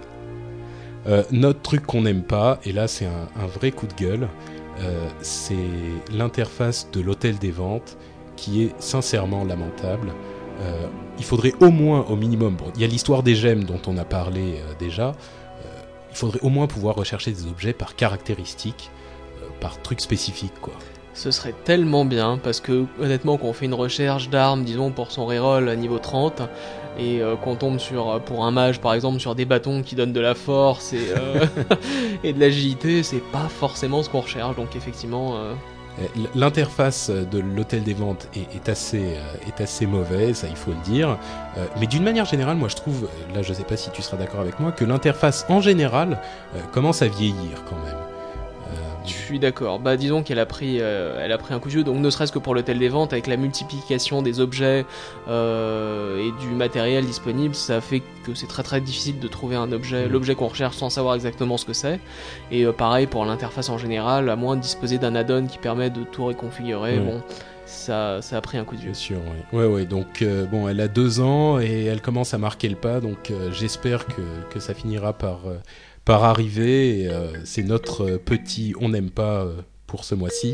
Euh, notre truc qu'on n'aime pas, et là c'est un, un vrai coup de gueule, euh, c'est l'interface de l'hôtel des ventes qui est sincèrement lamentable. Euh, il faudrait au moins, au minimum, bon, il y a l'histoire des gemmes dont on a parlé euh, déjà, euh, il faudrait au moins pouvoir rechercher des objets par caractéristiques, euh, par truc spécifique, quoi. Ce serait tellement bien, parce que honnêtement, quand on fait une recherche d'armes, disons pour son reroll à niveau trente, et euh, qu'on tombe sur, pour un mage par exemple, sur des bâtons qui donnent de la force et, euh, et de l'agilité, c'est pas forcément ce qu'on recherche, donc effectivement... Euh... L'interface de l'hôtel des ventes est, est, assez, euh, est assez mauvaise, ça il faut le dire. Euh, mais d'une manière générale, moi je trouve, là je sais pas si tu seras d'accord avec moi, que l'interface en général euh, commence à vieillir quand même. Je suis d'accord. Bah disons qu'elle a pris, euh, elle a pris un coup de vieux. Donc ne serait-ce que pour l'hôtel des ventes, avec la multiplication des objets euh, et du matériel disponible, ça fait que c'est très très difficile de trouver un objet, mmh. l'objet qu'on recherche sans savoir exactement ce que c'est. Et euh, pareil pour l'interface en général, à moins de disposer d'un add-on qui permet de tout reconfigurer. Mmh. Bon. Ça, ça a pris un coup de vieux. Bien sûr, oui. Ouais, ouais, donc, euh, bon, elle a deux ans et elle commence à marquer le pas, donc euh, j'espère que, que ça finira par, euh, par arriver. Et, euh, c'est notre petit on n'aime pas euh, pour ce mois-ci.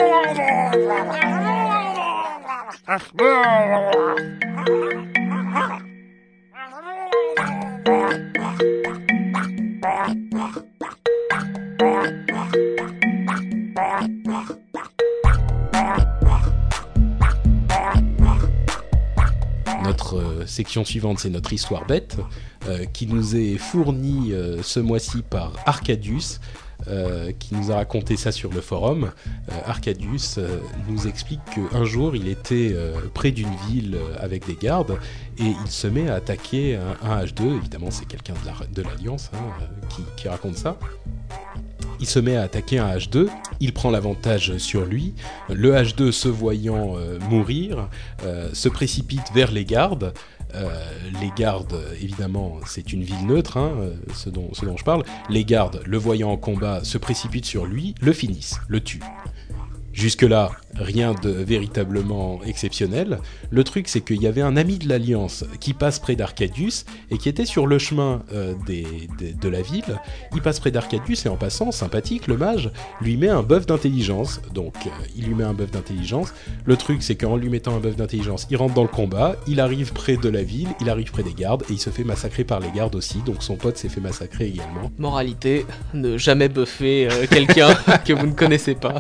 Notre euh, section suivante, c'est notre histoire bête, euh, qui nous est fournie euh, ce mois-ci par Arcadius, euh, qui nous a raconté ça sur le forum. Euh, Arcadius euh, nous explique qu'un jour, il était euh, près d'une ville euh, avec des gardes, et il se met à attaquer un, un H deux, évidemment c'est quelqu'un de, la, de l'Alliance hein, euh, qui, qui raconte ça. Il se met à attaquer un H deux, il prend l'avantage sur lui, le H deux se voyant euh, mourir, euh, se précipite vers les gardes, euh, les gardes, évidemment, c'est une ville neutre, hein, ce, dont, ce dont je parle, les gardes, le voyant en combat, se précipitent sur lui, le finissent, le tuent. Jusque-là, rien de véritablement exceptionnel. Le truc, c'est qu'il y avait un ami de l'Alliance qui passe près d'Arcadius et qui était sur le chemin euh, des, des, de la ville. Il passe près d'Arcadius et en passant, sympathique, le mage lui met un buff d'intelligence. Donc, euh, il lui met un buff d'intelligence. Le truc, c'est qu'en lui mettant un buff d'intelligence, il rentre dans le combat, il arrive près de la ville, il arrive près des gardes et il se fait massacrer par les gardes aussi. Donc, son pote s'est fait massacrer également. Moralité, ne jamais buffer euh, quelqu'un que vous ne connaissez pas.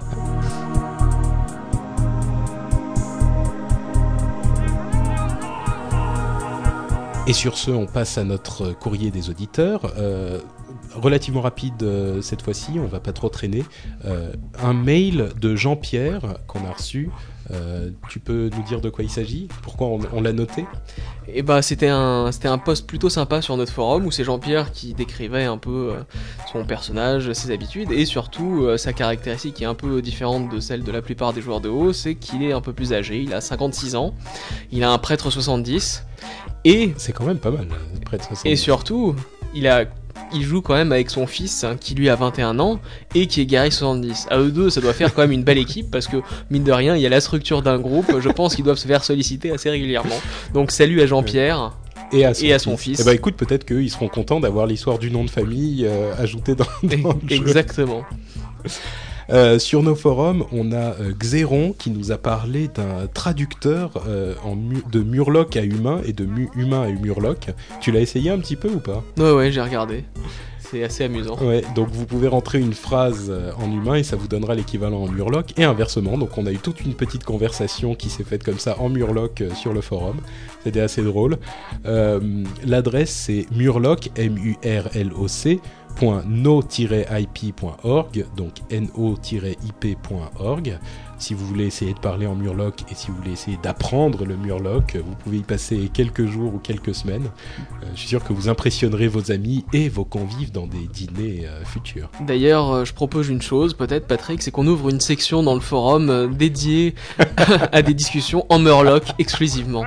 Et sur ce, on passe à notre courrier des auditeurs. Euh, relativement rapide euh, cette fois-ci, on va pas trop traîner. Euh, un mail de Jean-Pierre qu'on a reçu. Euh, tu peux nous dire de quoi il s'agit ? Pourquoi on, on l'a noté ? Et bah c'était un c'était un post plutôt sympa sur notre forum où c'est Jean-Pierre qui décrivait un peu euh, son personnage, ses habitudes et surtout euh, sa caractéristique qui est un peu différente de celle de la plupart des joueurs de WoW, c'est qu'il est un peu plus âgé, il a cinquante-six ans, il a un prêtre soixante-dix et c'est quand même pas mal, prêtre soixante-dix. Et surtout, il a il joue quand même avec son fils hein, qui lui a vingt et un ans et qui est guerrier soixante-dix. À eux deux, ça doit faire quand même une belle équipe parce que, mine de rien, il y a la structure d'un groupe. Je pense qu'ils doivent se faire solliciter assez régulièrement. Donc, salut à Jean-Pierre. Et à son, et à fils. son fils. Et bah écoute, peut-être qu'ils seront contents d'avoir l'histoire du nom de famille euh, ajouté dans, dans le jeu. Exactement. Euh, sur nos forums, on a euh, Xéron qui nous a parlé d'un traducteur euh, en mu- de Murloc à humain et de mu- humain à Murloc. Tu l'as essayé un petit peu ou pas ? Ouais, ouais, j'ai regardé. C'est assez amusant. Ouais, donc vous pouvez rentrer une phrase en humain et ça vous donnera l'équivalent en Murloc et inversement. Donc on a eu toute une petite conversation qui s'est faite comme ça en Murloc euh, sur le forum. C'était assez drôle. Euh, l'adresse c'est murloc, M U R L O C, no tiret i p point org, donc no tiret i p point org. Si vous voulez essayer de parler en Murloc et si vous voulez essayer d'apprendre le Murloc, vous pouvez y passer quelques jours ou quelques semaines. Euh, je suis sûr que vous impressionnerez vos amis et vos convives dans des dîners euh, futurs. D'ailleurs, euh, je propose une chose, peut-être Patrick, c'est qu'on ouvre une section dans le forum euh, dédiée à des discussions en Murloc exclusivement.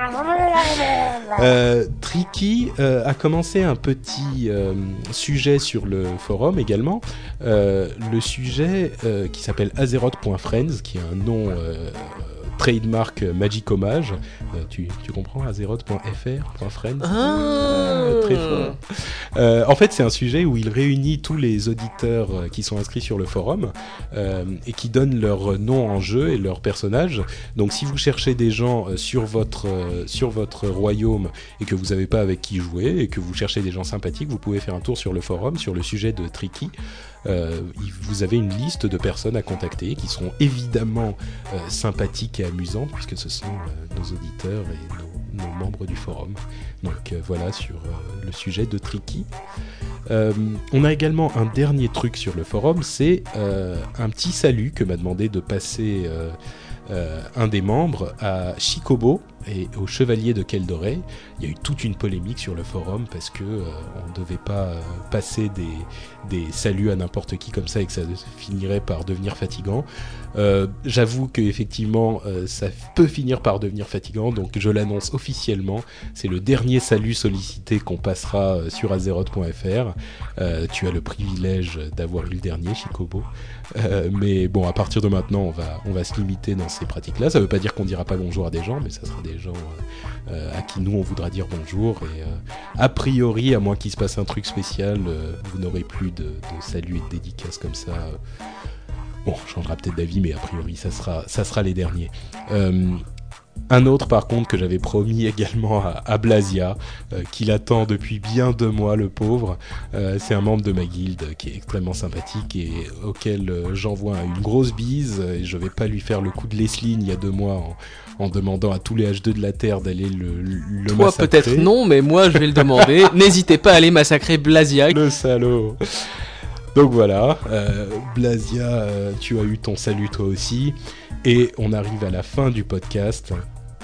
Euh, Tricky euh, a commencé un petit euh, sujet sur le forum également. Euh, le sujet euh, qui s'appelle azeroth point friends, qui est un nom euh, trademark Magic Hommage. Euh, tu, tu comprends, azeroth point f r, .friends. Ah, Très fort. Euh, en fait, c'est un sujet où il réunit tous les auditeurs euh, qui sont inscrits sur le forum euh, et qui donnent leur nom en jeu et leur personnage. Donc, si vous cherchez des gens euh, sur votre euh, sur votre royaume et que vous n'avez pas avec qui jouer et que vous cherchez des gens sympathiques, vous pouvez faire un tour sur le forum sur le sujet de Tricky. Euh, vous avez une liste de personnes à contacter qui seront évidemment euh, sympathiques et amusantes puisque ce sont euh, nos auditeurs et nos, nos membres du forum. Donc euh, voilà sur euh, le sujet de Tricky. Euh, on a également un dernier truc sur le forum, c'est euh, un petit salut que m'a demandé de passer euh, euh, un des membres à Shikobo et au Chevalier de Keldorei. Il y a eu toute une polémique sur le forum parce que euh, on ne devait pas euh, passer des, des saluts à n'importe qui comme ça et que ça finirait par devenir fatigant. Euh, j'avoue qu'effectivement euh, ça peut finir par devenir fatigant, donc je l'annonce officiellement, c'est le dernier salut sollicité qu'on passera euh, sur azeroth point f r. Euh, tu as le privilège d'avoir eu le dernier, Shikobo. Euh, mais bon, à partir de maintenant, on va, on va se limiter dans ces pratiques-là. Ça veut pas dire qu'on dira pas bonjour à des gens, mais ça sera des gens euh, à qui nous on voudra dire bonjour. Et euh, a priori, à moins qu'il se passe un truc spécial, euh, vous n'aurez plus de, de saluts et de dédicaces comme ça. Bon, on changera peut-être d'avis, mais a priori, ça sera, ça sera les derniers. Euh, Un autre par contre que j'avais promis également à, à Blasia, euh, qui l'attend depuis bien deux mois, le pauvre, euh, c'est un membre de ma guilde qui est extrêmement sympathique et auquel euh, j'envoie une grosse bise, et je vais pas lui faire le coup de Leslie il y a deux mois en, en demandant à tous les H deux de la Terre d'aller le, le Toi massacrer. peut-être non, mais moi je vais le demander. N'hésitez pas à aller massacrer Blasiak. Le salaud. Donc voilà, euh, Blasia, euh, tu as eu ton salut toi aussi, et on arrive à la fin du podcast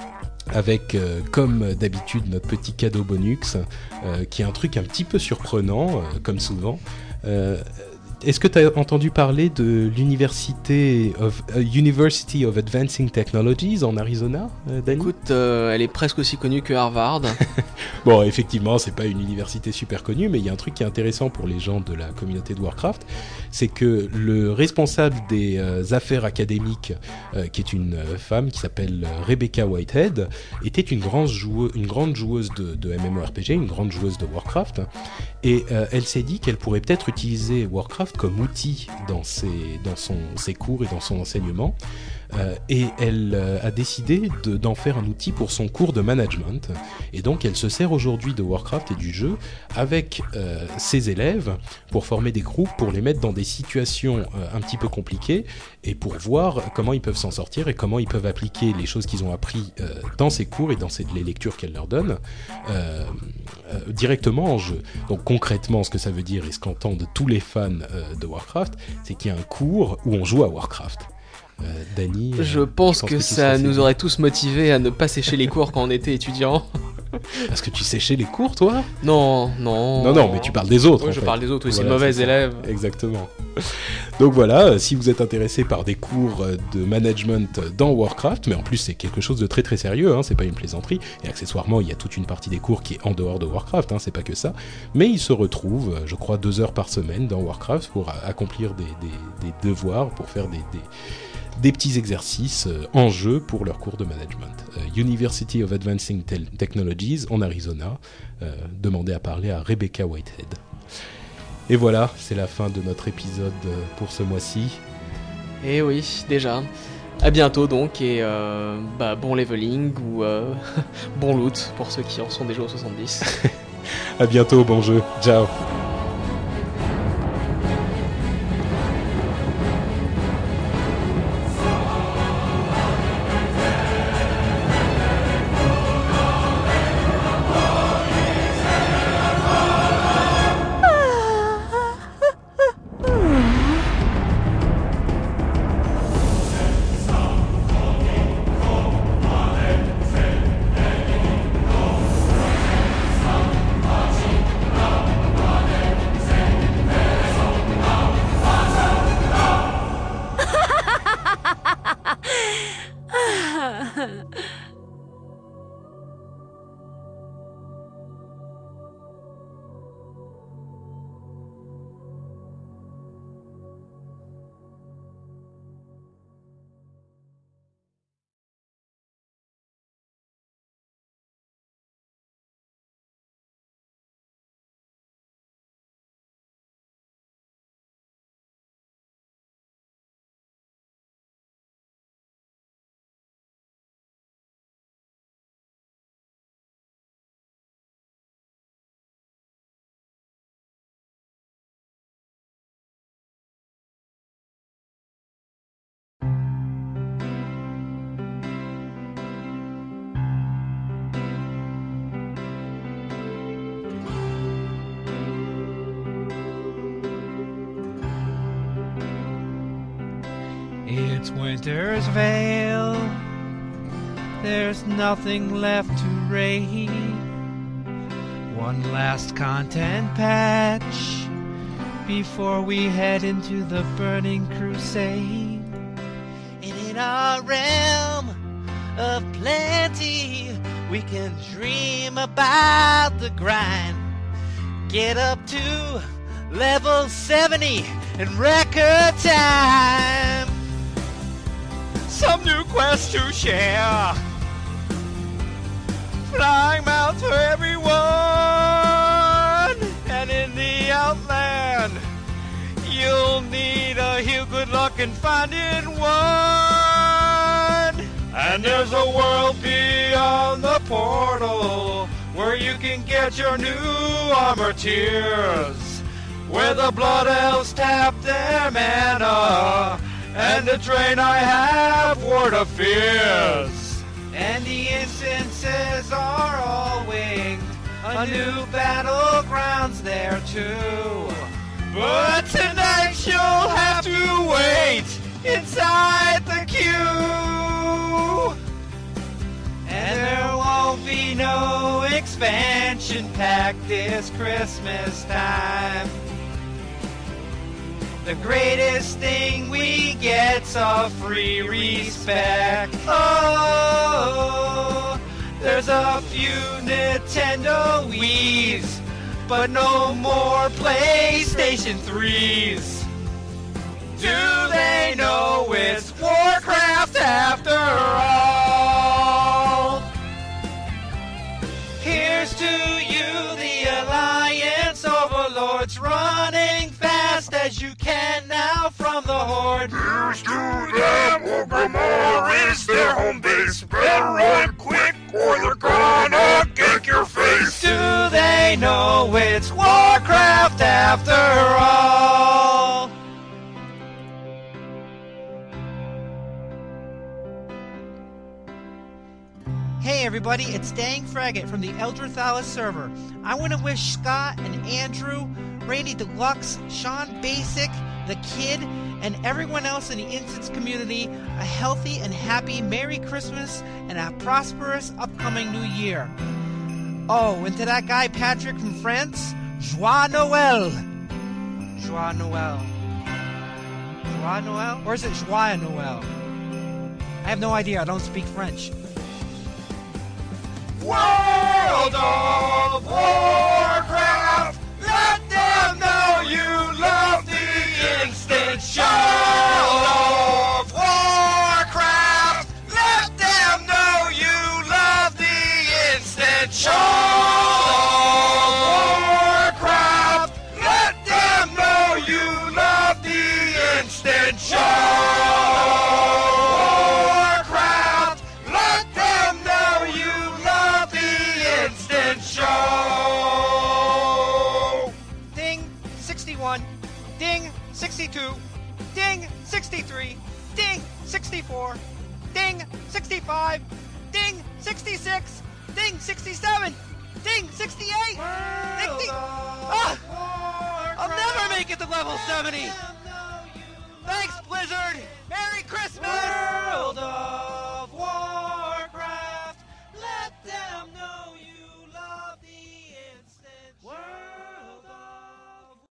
avec, euh, comme d'habitude, notre petit cadeau bonus, euh, qui est un truc un petit peu surprenant, euh, comme souvent. Euh, Est-ce que tu as entendu parler de l'université of, uh, University of Advancing Technologies en Arizona, euh, Danny ? Écoute, euh, elle est presque aussi connue que Harvard. Bon, effectivement, c'est pas une université super connue, mais il y a un truc qui est intéressant pour les gens de la communauté de Warcraft, c'est que le responsable des euh, affaires académiques, euh, qui est une euh, femme qui s'appelle Rebecca Whitehead, était une grande joueuse, une grande joueuse de, de MMORPG, une grande joueuse de Warcraft, et euh, elle s'est dit qu'elle pourrait peut-être utiliser Warcraft comme outil dans ses, dans son, ses cours et dans son enseignement. Euh, et elle euh, a décidé de, d'en faire un outil pour son cours de management. Et donc elle se sert aujourd'hui de Warcraft et du jeu avec euh, ses élèves pour former des groupes, pour les mettre dans des situations euh, un petit peu compliquées et pour voir comment ils peuvent s'en sortir et comment ils peuvent appliquer les choses qu'ils ont appris euh, dans ces cours et dans ces, les lectures qu'elle leur donne euh, euh, directement en jeu. Donc concrètement, ce que ça veut dire et ce qu'entendent tous les fans euh, de Warcraft, c'est qu'il y a un cours où on joue à Warcraft. Euh, Danny, Je euh, pense je que, que ça nous aurait tous motivés à ne pas sécher les cours quand on était étudiant. Est-ce que tu séchais les cours, toi ? Non, non. Non, non, mais tu parles des autres. Oui, en je fait. parle des autres, oui, Voilà, c'est mauvais c'est ça. élève. Exactement. Donc voilà, si vous êtes intéressé par des cours de management dans Warcraft, mais en plus c'est quelque chose de très très sérieux, hein, c'est pas une plaisanterie, et accessoirement il y a toute une partie des cours qui est en dehors de Warcraft, hein, c'est pas que ça, mais ils se retrouvent, je crois, deux heures par semaine dans Warcraft pour accomplir des, des, des devoirs, pour faire des... des des petits exercices euh, en jeu pour leur cours de management. Euh, University of Advancing Te- Technologies en Arizona, euh, demandez à parler à Rebecca Whitehead. Et voilà, c'est la fin de notre épisode euh, pour ce mois-ci. Eh oui, déjà. À bientôt donc, et euh, bah, bon leveling ou euh, bon loot pour ceux qui en sont déjà au soixante-dix. À bientôt, bon jeu, ciao. It's winter's veil. There's nothing left to raid. One last content patch before we head into the burning crusade. And in our realm of plenty, we can dream about the grind. Get up to level seventy in record time. Some new quest to share. Flying mount for everyone. And in the Outland, you'll need a heal, good luck, and finding one. And there's a world beyond the portal where you can get your new armor tiers, where the blood elves tap their mana, and to train I have Word of Fears. And the instances are all winged, a new battleground's there too. But tonight you'll have to wait inside the queue. And there won't be no expansion pack this Christmas time. The greatest thing we get's a free respec. Oh, there's a few Nintendo Wii's, but no more PlayStation threes. Do they know it's Warcraft after all? Here's to you, the Alliance Overlords, running fast as you can now from the Horde. Here's to them, Orgrimmar is their home base. Better run quick or they're gonna gank your face. Do they know it's Warcraft after all? Hey everybody, it's Dang Fraggot from the Eldritch Thalas server. I want to wish Scott and Andrew, Randy Deluxe, Sean Basic, The Kid, and everyone else in the Instance community a healthy and happy Merry Christmas and a prosperous upcoming New Year. Oh, and to that guy Patrick from France, Joie Noël. Joie Noël. Joie Noël? Or is it Joie Noël? I have no idea, I don't speak French. World of Warcraft, let them know you love the instant show. World of Warcraft, let them know you love the instant show. Warcraft, let them know you love the instant show. Ding, sixty-two, ding, sixty-three, ding, sixty-four, ding, sixty-five, ding, sixty-six, ding, sixty-seven, ding, sixty-eight, sixty... Ah! I'll never make it to level seventy! Thanks, Blizzard! Merry Christmas!